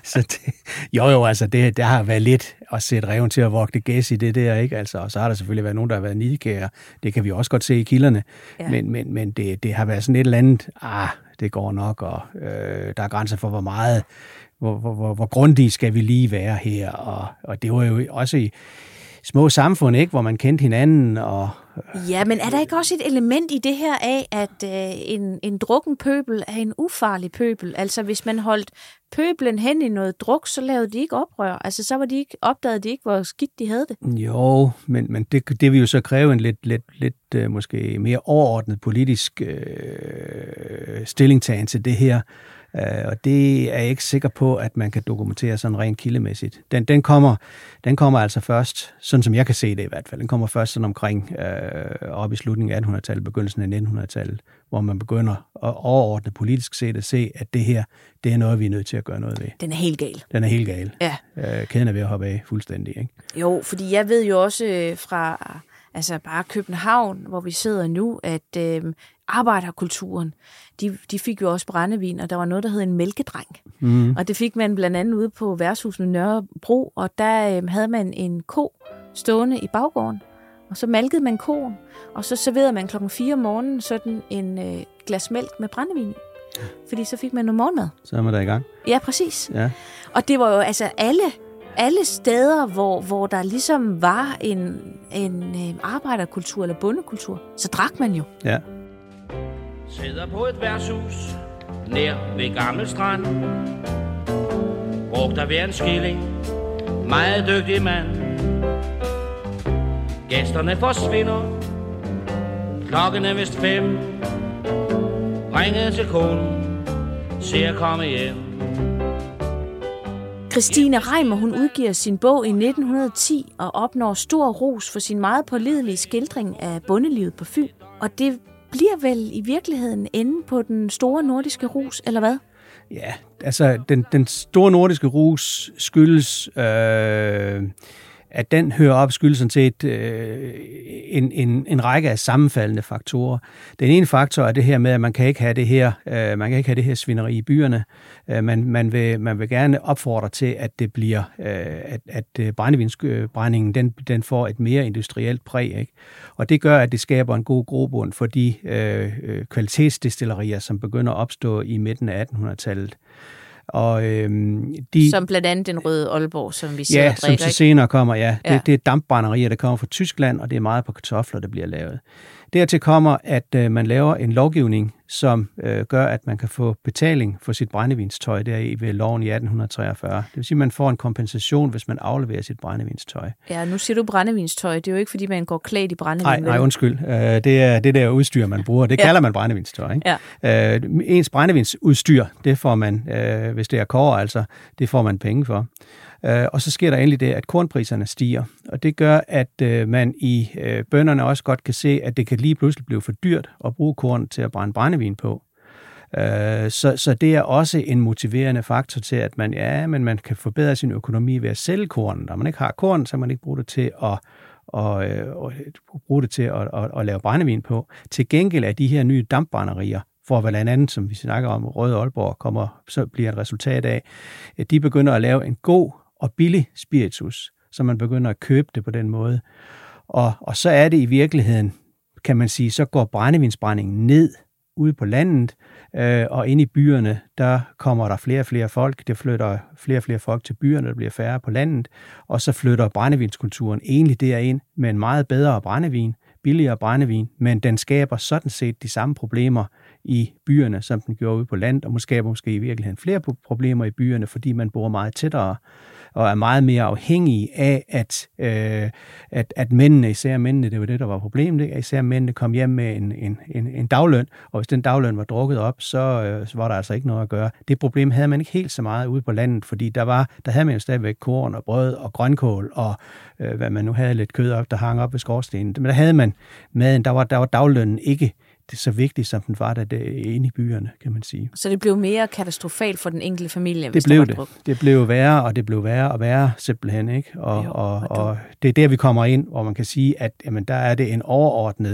Altså der har været lidt at sætte reven til at vogte gæs i det der, ikke? Altså, og så har der selvfølgelig været nogen, der har været nidkære. Det kan vi også godt se i kilderne. Ja. Men det har været sådan et eller andet, det går nok, og der er grænser for, hvor meget, hvor grundige skal vi lige være her. Og det var jo også i små samfund, ikke, hvor man kendte hinanden. Ja, men er der ikke også et element i det her af, at en drukken pøbel er en ufarlig pøbel? Altså, hvis man holdt pøbelen hen i noget druk, så lavede de ikke oprør. Altså, så var de ikke opdaget, de ikke, hvor skidt de havde det. Jo, men det vil jo så kræve en lidt måske mere overordnet politisk stillingtagen til det her. Og det er jeg ikke sikker på, at man kan dokumentere sådan rent kildemæssigt. Den kommer altså først, sådan som jeg kan se det i hvert fald, den kommer først sådan omkring op i slutningen af 1800-tallet, begyndelsen af 1900-tallet, hvor man begynder at overordnet politisk set at se, at det her, det er noget, vi er nødt til at gøre noget ved. Den er helt gal. Den er helt gal. Ja. Kæden er ved at hoppe af fuldstændig, ikke? Jo, fordi jeg ved jo også fra bare København, hvor vi sidder nu, at arbejderkulturen, de fik jo også brændevin, og der var noget, der hed en mælkedreng. Mm. Og det fik man blandt andet ude på værtshuset Nørrebro, og der havde man en ko stående i baggården, og så malkede man koen, og så serverede man 4:00 om morgenen sådan en glas mælk med brændevin i. Fordi så fik man noget morgenmad. Så er man der i gang. Ja, præcis. Ja. Og det var jo altså alle steder, hvor der ligesom var en arbejderkultur eller bondekultur, så drak man jo. Ja. Sidder på et værtshus nær ved Gammel Strand. Brugt af hver en skilling, meget dygtig mand. Gæsterne forsvinder, klokken er vist 5. Ringede til konen, siger komme hjem. Christine Reimer, hun udgiver sin bog i 1910 og opnår stor ros for sin meget pålidelige skildring af bondelivet på Fyn. Og det bliver vel i virkeligheden enden på den store nordiske rus, eller hvad? Ja, altså den store nordiske rus skyldes, at den hører op, skyldes sådan set en række af sammenfaldende faktorer. Den ene faktor er det her med, at man kan ikke have det her svineri i byerne. Man vil gerne opfordre til, at det bliver, at brændevinsbrændingen den får et mere industrielt præg, ikke? Og det gør, at det skaber en god grobund for de kvalitetsdestillerier, som begynder at opstå i midten af 1800-tallet. Og, som blandt andet den røde Aalborg, som vi ser og drikker, som så senere kommer, ja. Det er dampbrænderier, der kommer fra Tyskland, og det er meget på kartofler, der bliver lavet. Dertil kommer, at man laver en lovgivning, som gør, at man kan få betaling for sit brændevinstøj der ved loven i 1843. Det vil sige, at man får en kompensation, hvis man afleverer sit brændevinstøj. Ja, nu siger du brændevinstøj. Det er jo ikke, fordi man går klædt i brændevin. Nej, undskyld. Det er det der udstyr, man bruger. Det kalder man brændevinstøj, ikke? Ja. Ens brændevinsudstyr, det får man, hvis det er kobber, altså, det får man penge for. Og så sker der endelig det, at kornpriserne stiger. Og det gør, at man i bønderne også godt kan se, at det kan lige pludselig blive for dyrt at bruge korn til at brænde brændevin på. Så det er også en motiverende faktor til, at man kan forbedre sin økonomi ved at sælge korn. Når man ikke har korn, så kan man ikke bruge det til at lave brændevin på. Til gengæld er de her nye dampbrænderier, for blandt andet, som vi snakker om, Røde Aalborg så bliver et resultat af, at de begynder at lave en god og billig spiritus, så man begynder at købe det på den måde. Og så er det i virkeligheden, kan man sige, så går brændevinsbrændingen ned ude på landet, og inde i byerne, der kommer der flere og flere folk. Det flytter flere og flere folk til byerne, der bliver færre på landet, og så flytter brændevinskulturen egentlig derind med en meget bedre brændevin, billigere brændevin, men den skaber sådan set de samme problemer i byerne, som den gjorde ude på landet, og skaber måske i virkeligheden flere problemer i byerne, fordi man bor meget tættere og er meget mere afhængige af, at mændene, især mændene, det var det, der var problemet, ikke? Især mændene kom hjem med en dagløn, og hvis den dagløn var drukket op, så var der altså ikke noget at gøre. Det problem havde man ikke helt så meget ude på landet, fordi der havde man jo stadigvæk korn og brød og grønkål, og hvad man nu havde lidt kød op, der hang op ved skorstenen. Men der havde man maden, der var daglønnen ikke det så vigtigt, som den var der inde i byerne, kan man sige. Så det blev mere katastrofalt for den enkelte familie, hvis det blev det. Det blev værre, og det blev værre og værre, simpelthen, ikke? Og det er der, vi kommer ind, hvor man kan sige, at jamen, der er det en overordnet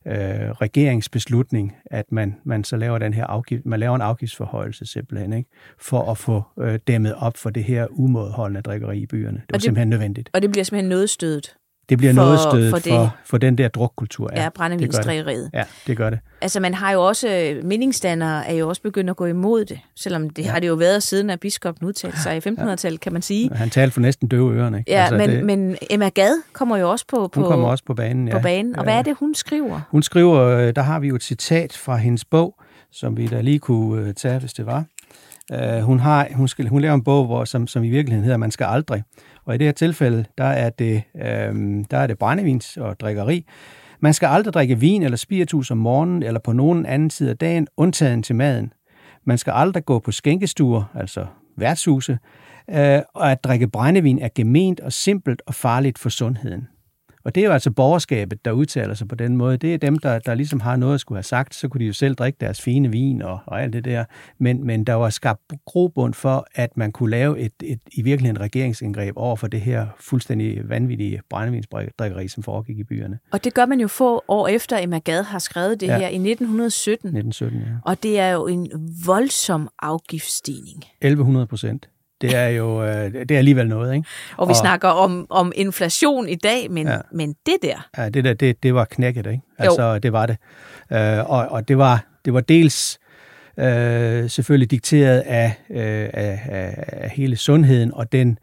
regeringsbeslutning, at man så laver den her afgift, man laver en afgiftsforhøjelse simpelthen, ikke? For at få dæmmet op for det her umådeholdende drikkeri i byerne. Det var simpelthen nødvendigt. Og det bliver simpelthen nådestødet. Det bliver nådestødet for den der drukkultur. Ja, brændevinsdrikkeriet. Ja, det gør det. Altså man har jo også, meningsdannere er jo også begyndt at gå imod det, selvom det har det jo været siden, at biskoppen udtalte sig i 1500-tallet, kan man sige. Han talte for næsten døve ørerne, ikke? Ja, altså, men Emma Gad kommer jo også på banen. På banen. Og hvad er det, hun skriver? Hun skriver, der har vi jo et citat fra hendes bog, som vi da lige kunne tage, hvis det var. Hun laver en bog, som i virkeligheden hedder Man skal aldrig. Og i det her tilfælde, der er det brændevins og drikkeri. Man skal aldrig drikke vin eller spiritus om morgenen eller på nogen anden tid af dagen, undtagen til maden. Man skal aldrig gå på skænkestuer, altså værtshuse, og at drikke brændevin er gement og simpelt og farligt for sundheden. Og det er jo altså borgerskabet, der udtaler sig på den måde. Det er dem, der ligesom har noget at skulle have sagt. Så kunne de jo selv drikke deres fine vin og alt det der. Men der var skabt grobund for, at man kunne lave i virkeligheden regeringsindgreb over for det her fuldstændig vanvittige brændevinsdrikkeri, som foregik i byerne. Og det gør man jo få år efter, Emma Gad har skrevet det her i 1917. 1917, ja. Og det er jo en voldsom afgiftsstigning. 1100%. Det er jo det er alligevel noget, ikke? Og vi snakker om inflation i dag, men det der... Ja, det var knækket, ikke? Altså, det var det. Og det var dels selvfølgelig dikteret af hele sundheden og den...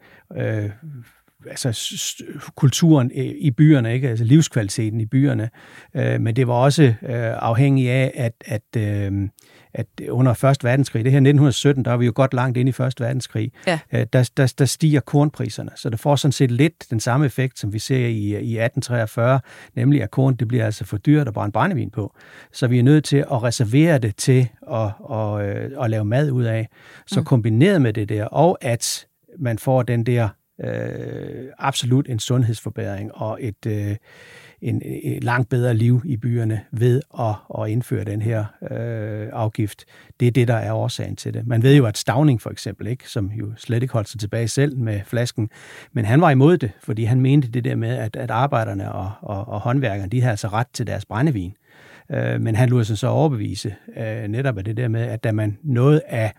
kulturen i byerne, ikke? Altså livskvaliteten i byerne. Men det var også afhængig af, at under 1. verdenskrig, det her 1917, der er vi jo godt langt inde i 1. verdenskrig, der stiger kornpriserne. Så det får sådan set lidt den samme effekt, som vi ser i 1843, nemlig at korn, det bliver altså for dyrt at brænde brændevin på. Så vi er nødt til at reservere det til at lave mad ud af. Så kombineret med det der, og at man får den der absolut en sundhedsforbedring og et langt bedre liv i byerne ved at indføre den her afgift. Det er det, der er årsagen til det. Man ved jo, at Stauning for eksempel, ikke, som jo slet ikke holdt sig tilbage selv med flasken, men han var imod det, fordi han mente det der med, at arbejderne og håndværkerne, de havde altså ret til deres brændevin. Men han lod sig så overbevise netop af det der med, at da man noget af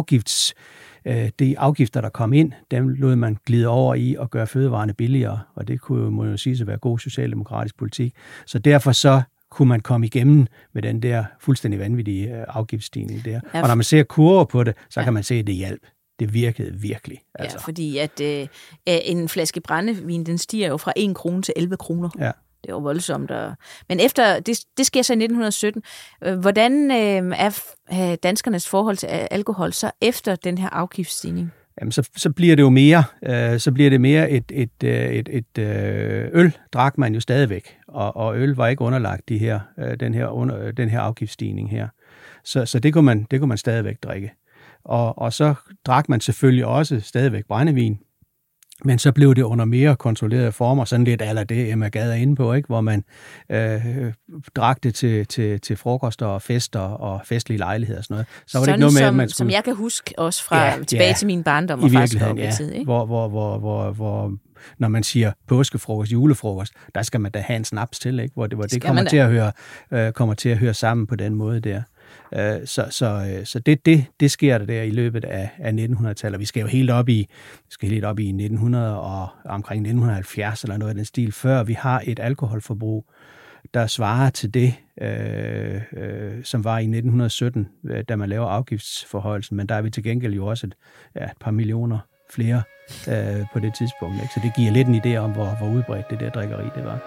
de afgifter, der kom ind, dem lod man glide over i at gøre fødevarene billigere, og det må jo sige at være god socialdemokratisk politik. Så derfor så kunne man komme igennem med den der fuldstændig vanvittige afgiftsstigning der. Ja. Og når man ser kurver på det, så kan man se, at det hjalp. Det virkede virkelig. Altså. Ja, fordi at en flaske brændevin, den stiger jo fra 1 krone til 11 kroner. Ja. Det var voldsomt. Men efter, det sker så i 1917. Hvordan er danskernes forhold til alkohol så efter den her afgiftsstigning? Jamen, så bliver det jo mere. Så bliver det mere et øl, drak man jo stadigvæk. Og øl var ikke underlagt den her afgiftsstigning her. Så det kunne man stadigvæk drikke. Og så drak man selvfølgelig også stadigvæk brændevin. Men så blev det under mere kontrollerede former, sådan lidt aller det, Emma Gad er inde på, ikke? Hvor man drak det til frokoster og fester og festlige lejligheder og sådan noget. Så var det ikke noget med, at man skulle... Som jeg kan huske også fra tilbage til min barndom og faktisk tid, ikke? Hvor når man siger påskefrokost, julefrokost, der skal man da have en snaps til, ikke? Hvor det kommer til at høre sammen på den måde der. Så det sker der i løbet af 1900-tallet. Vi skal jo helt op i 1900 og omkring 1970 eller noget af den stil, før vi har et alkoholforbrug, der svarer til det, som var i 1917, da man laver afgiftsforhøjelsen. Men der er vi til gengæld jo også et par millioner flere på det tidspunkt. Ikke? Så det giver lidt en idé om, hvor udbredt det der drikkeri det var.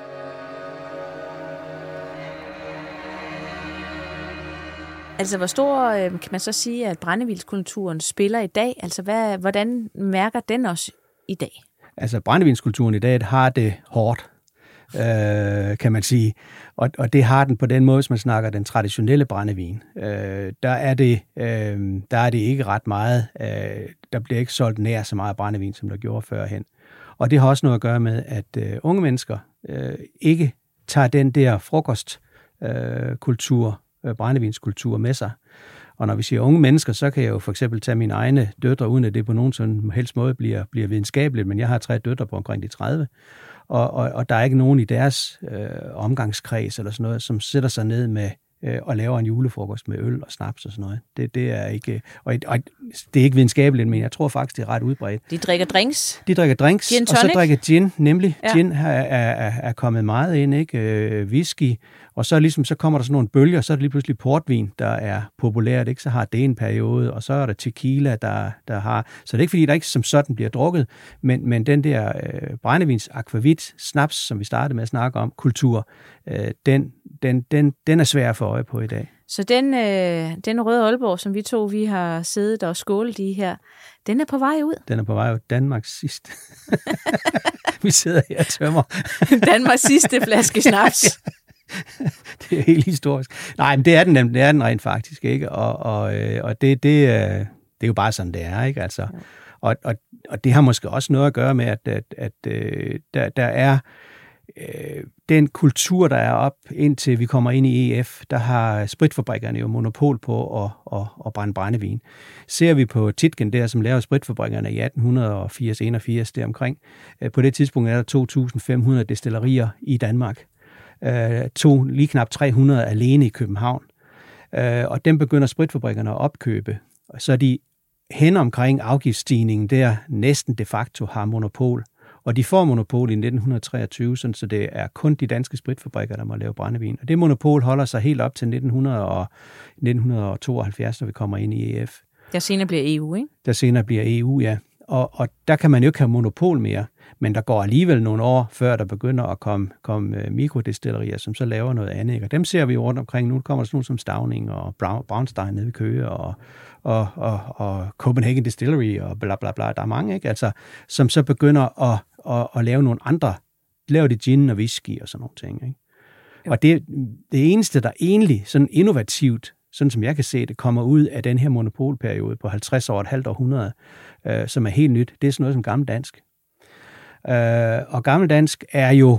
Altså, hvor stor kan man så sige, at brændevinskulturen spiller i dag? Altså, hvordan mærker den også i dag? Altså, brændevinskulturen i dag har det hårdt, kan man sige. Og det har den på den måde, hvis man snakker den traditionelle brændevin. Der er det ikke ret meget. Der bliver ikke solgt nær så meget brændevin, som der gjorde førhen. Og det har også noget at gøre med, at unge mennesker ikke tager den der frokostkultur, brændevinskultur med sig. Og når vi siger unge mennesker, så kan jeg jo for eksempel tage mine egne døtre, uden at det på nogen sådan helst måde bliver videnskabeligt, men jeg har 3 døtre på omkring de 30. og der er ikke nogen i deres omgangskreds eller sådan noget, som sætter sig ned med og laver en julefrokost med øl og snaps og sådan noget. Det er ikke, og det er ikke videnskabeligt, men jeg tror faktisk, det er ret udbredt. De drikker drinks. Gin og så drikker gin, nemlig. Ja. Gin er kommet meget ind, ikke? Whisky, og så kommer der sådan nogle bølger, så er det lige pludselig portvin, der er populært, ikke? Så har det en periode, og så er der tequila, der har. Så det er ikke, fordi der ikke som sådan bliver drukket, men den der brændevins, akvavit, snaps, som vi startede med at snakke om, kultur, den er svær at få øje på i dag. Så den røde Aalborg, som vi har siddet og skålet i her, den er på vej ud? Den er på vej ud. Danmarks sidste. Vi sidder her og tømmer. Danmarks sidste flaske snaps. Det er helt historisk. Nej, men det er den rent faktisk, ikke? Og det er jo bare sådan, det er, ikke? Altså, og det har måske også noget at gøre med, at der er den kultur, der er op, indtil vi kommer ind i EF, der har spritfabrikkerne jo monopol på at brænde brændevin. Ser vi på Tietgen der, som laver spritfabrikkerne i 1880-81 deromkring, på det tidspunkt er der 2.500 destillerier i Danmark. Lige knap 300 alene i København. Og dem begynder spritfabrikkerne at opkøbe. Så de hen omkring afgiftsstigningen der næsten de facto har monopol. Og de får monopol i 1923, så det er kun de danske spritfabrikker, der må lave brændevin. Og det monopol holder sig helt op til 1972, når vi kommer ind i EF. Der senere bliver EU, ikke? Der senere bliver EU, ja. Og der kan man jo ikke have monopol mere, men der går alligevel nogle år, før der begynder at komme mikrodestillerier, som så laver noget andet. Ikke? Og dem ser vi rundt omkring. Nu kommer der sådan nogle som Stauning og Braunstein nede ved Køge og Copenhagen Distillery og bla bla bla. Der er mange, ikke? Altså, som så begynder at lave nogle andre. Laver de gin og whisky og sådan nogle ting. Ikke? Og det eneste, der egentlig sådan innovativt, sådan som jeg kan se det, kommer ud af den her monopolperiode på 50 år, et halvt århundrede, som er helt nyt, det er sådan noget som gammeldansk. Og gammeldansk er jo,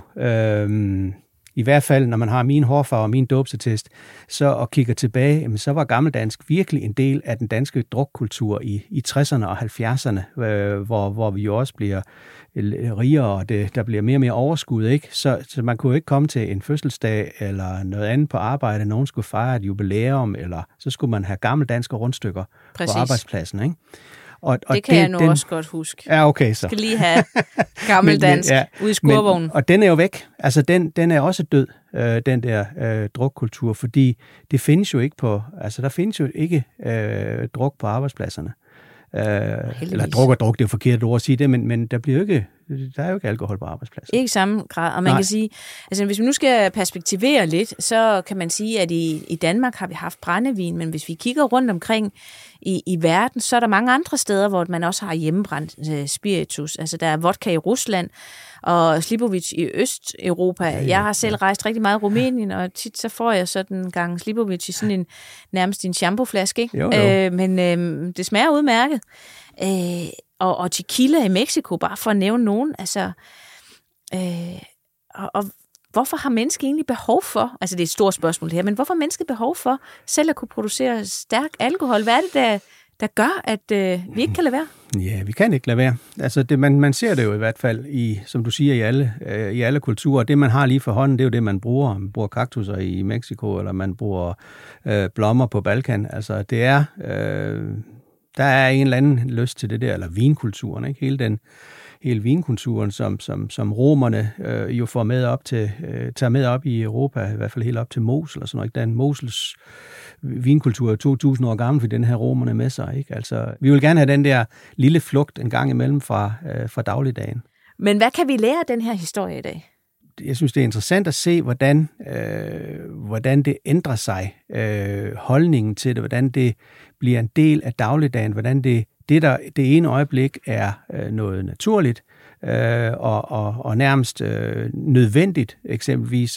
i hvert fald når man har min hårfarve og min dåbsattest, og kigger tilbage, så var gammeldansk virkelig en del af den danske drukkultur i 60'erne og 70'erne, hvor vi jo også bliver rigere, og der bliver mere og mere overskud, ikke? Så man kunne ikke komme til en fødselsdag eller noget andet på arbejde, nogen skulle fejre et jubilæum, eller så skulle man have gammeldanske rundstykker på arbejdspladsen, ikke? Og det kan jeg nu også godt huske. Ja, okay, så. Skal lige have gammeldansk ude i skurvognen. Og den er jo væk. Altså, den er også død, den der drukkultur, fordi det findes jo ikke der findes jo ikke druk på arbejdspladserne. Eller druk, det er jo forkert ord at sige det, men der er jo ikke alkohol på arbejdspladsen. Ikke i samme grad, og man kan sige, altså hvis vi nu skal perspektivere lidt, så kan man sige, at i Danmark har vi haft brændevin, men hvis vi kigger rundt omkring i verden, så er der mange andre steder, hvor man også har hjemmebrændt spiritus. Altså der er vodka i Rusland, og Slibovic i Østeuropa. Jeg har selv rejst rigtig meget i Rumænien, og tit så får jeg sådan en gang Slibovic i sådan nærmest en shampooflaske, ikke? Jo. Men det smager udmærket. Og tequila i Mexico, bare for at nævne nogen. Altså, og hvorfor har mennesket egentlig behov for, altså det er et stort spørgsmål her, men hvorfor har mennesket behov for selv at kunne producere stærk alkohol? Hvad er det, der gør, at vi ikke kan lade være? Ja, vi kan ikke lade være. Altså man ser det jo i hvert fald, som du siger, i alle kulturer. Det, man har lige for hånden, det er jo det, man bruger. Man bruger kaktusser i Mexico, eller man bruger blommer på Balkan. Altså det er... Der er en eller anden lyst til det der, eller vinkulturen, ikke? Hele vinkulturen, som romerne jo får med op tager med op i Europa, i hvert fald helt op til Mosel og sådan noget. Den Mosels vinkultur er 2000 år gammel, fordi den her romerne med sig, ikke? Altså, vi vil gerne have den der lille flugt en gang imellem fra dagligdagen. Men hvad kan vi lære af den her historie i dag? Jeg synes, det er interessant at se, hvordan det ændrer sig, holdningen til det, hvordan det bliver en del af dagligdagen, hvordan det ene øjeblik er noget naturligt og nærmest nødvendigt, eksempelvis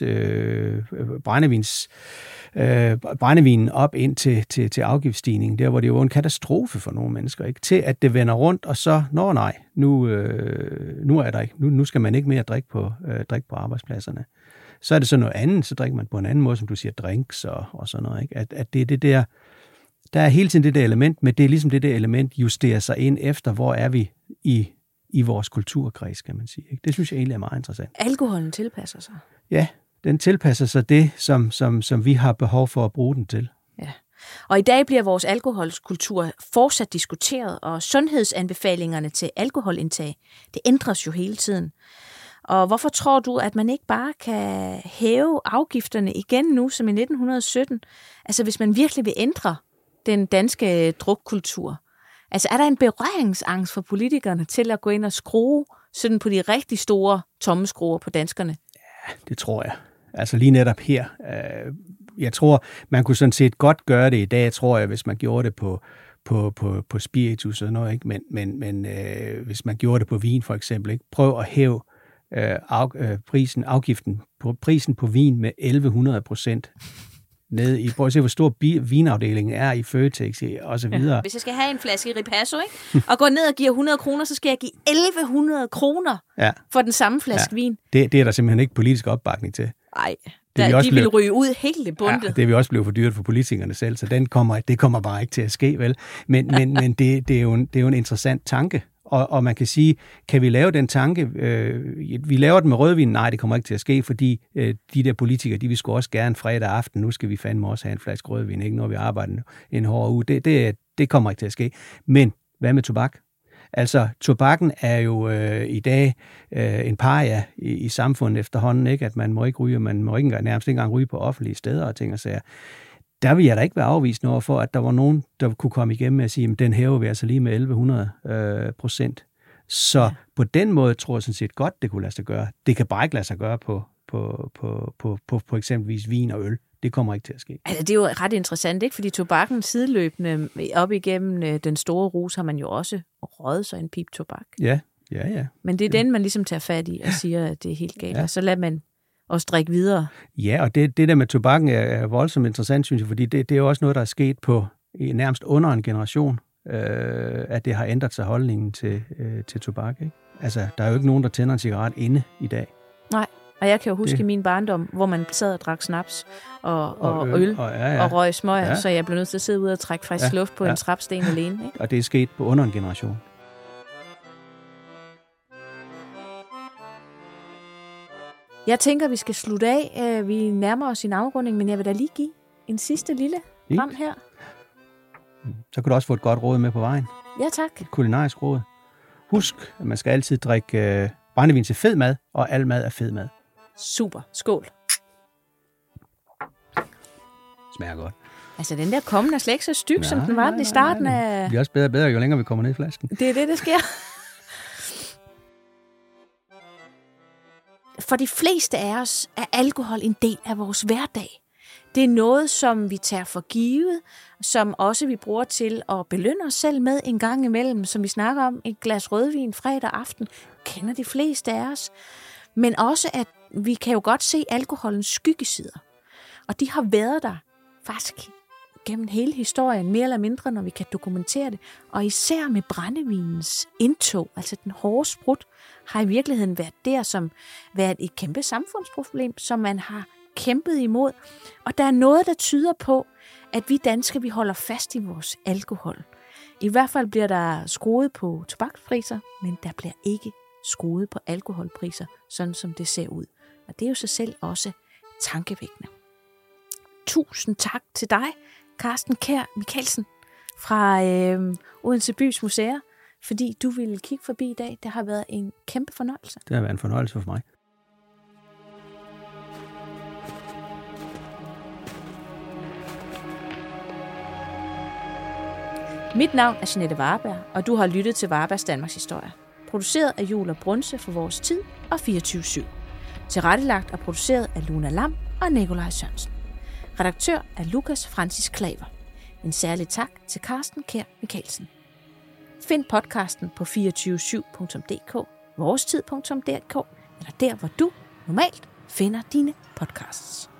brændevinen op ind til afgiftsstigningen, der hvor det jo en katastrofe for nogle mennesker, ikke? Til at det vender rundt, og så, nu er der ikke, nu skal man ikke mere drikke på arbejdspladserne. Så er det så noget andet, så drikker man på en anden måde, som du siger, drinks og sådan noget, ikke? At det er det der, der er hele tiden det der element, men det er ligesom det der element justerer sig ind efter, hvor er vi i i vores kulturkreds, kan man sige. Ikke? Det synes jeg egentlig er meget interessant. Alkoholen tilpasser sig. Ja, den tilpasser sig det, som vi har behov for at bruge den til. Ja. Og i dag bliver vores alkoholkultur fortsat diskuteret, og sundhedsanbefalingerne til alkoholindtag, det ændres jo hele tiden. Og hvorfor tror du, at man ikke bare kan hæve afgifterne igen nu, som i 1917? Altså hvis man virkelig vil ændre den danske drukkultur. Altså er der en berøringsangst for politikerne til at gå ind og skrue sådan på de rigtig store tommeskruer på danskerne? Ja, det tror jeg. Altså lige netop her. Jeg tror, man kunne sådan set godt gøre det i dag, tror jeg, hvis man gjorde det på spiritus og noget, ikke? Men hvis man gjorde det på vin for eksempel, ikke? Prøv at hæve prisen på vin med 1100% ned i. Prøv at se, hvor stor vinafdelingen er i Føtex og så videre. Ja. Hvis jeg skal have en flaske Ripasso, ikke? Og går ned og giver 100 kroner, så skal jeg give 1100 kroner for den samme flaske vin. Det er der simpelthen ikke politisk opbakning til. Nej, de vil ryge ud helt i bundet. Ja, det vil også blive for dyrt for politikerne selv, så det kommer bare ikke til at ske, vel? Men det er jo en interessant tanke. Og man kan sige, kan vi lave den tanke? Vi laver den med rødvin? Nej, det kommer ikke til at ske, fordi de der politikere, de vil sgu også gerne fredag aften. Nu skal vi fandme også have en flaske rødvin, ikke, når vi arbejder en hård uge. Det kommer ikke til at ske. Men hvad med tobak? Altså, tobakken er jo i dag en paria i samfundet efterhånden, ikke? At man må ikke ryge, man må nærmest ikke engang ryge på offentlige steder og ting og sager. Der vil jeg da ikke være afvist over for, at der var nogen, der kunne komme igennem med at sige, at den hæver vi altså lige med 1100%. Så på den måde tror jeg sådan set godt, det kunne lade sig gøre. Det kan bare ikke lade sig gøre på eksempelvis vin og øl. Det kommer ikke til at ske. Altså, det er jo ret interessant, ikke? Fordi tobakken sideløbende op igennem den store rus har man jo også røget sig en pip tobak. Ja. Men det er den, man ligesom tager fat i og siger, at det er helt galt. Ja. Og så lader man også drikke videre. Ja, og det der med tobakken er voldsomt interessant, synes jeg, fordi det er jo også noget, der er sket på nærmest under en generation, at det har ændret sig holdningen til tobak. Ikke? Altså, der er jo ikke nogen, der tænder en cigaret inde i dag. Nej. Og jeg kan jo huske i min barndom, hvor man sad og drak snaps og øl og røg smøger, så jeg blev nødt til at sidde ude og trække frisk luft på en trapsten alene. Ikke? Og det er sket på under en generation. Jeg tænker, vi skal slutte af. Vi nærmer os en afrunding, men jeg vil da lige give en sidste lille ram her. Så kan du også få et godt råd med på vejen. Ja, tak. Et kulinarisk råd. Husk, at man skal altid drikke brændevin til fed mad, og al mad er fed mad. Super. Skål. Smager godt. Altså, den der kommen er slet ikke så styg, som den var i starten af... Det bliver også bedre og bedre, jo længere vi kommer ned i flasken. Det er det, der sker. For de fleste af os er alkohol en del af vores hverdag. Det er noget, som vi tager for givet, som også vi bruger til at belønne os selv med en gang imellem, som vi snakker om, et glas rødvin fredag aften, kender de fleste af os. Men også, at vi kan jo godt se alkoholens skyggesider. Og de har været der faktisk gennem hele historien, mere eller mindre, når vi kan dokumentere det. Og især med brændevinens indtog, altså den hårde sprut, har i virkeligheden været der, som været et kæmpe samfundsproblem, som man har kæmpet imod. Og der er noget, der tyder på, at vi danskere, vi holder fast i vores alkohol. I hvert fald bliver der skruet på tobakspriser, men der bliver ikke skruet på alkoholpriser, sådan som det ser ud. Og det er jo sig selv også tankevækkende. Tusind tak til dig, Carsten Kjær Michalsen fra Odense Bys Museer, fordi du ville kigge forbi i dag. Det har været en kæmpe fornøjelse. Det har været en fornøjelse for mig. Mit navn er Jeanette Varberg, og du har lyttet til Varbergs Danmarks Historie. Produceret af Jul og Brunse for Vores Tid og 24/7. Tilrettelagt og produceret af Luna Lam og Nikolaj Sørensen. Redaktør er Lukas Francis Klaver. En særlig tak til Carsten Kjær Michalsen. Find podcasten på 247.dk, vorestid.dk eller der, hvor du normalt finder dine podcasts.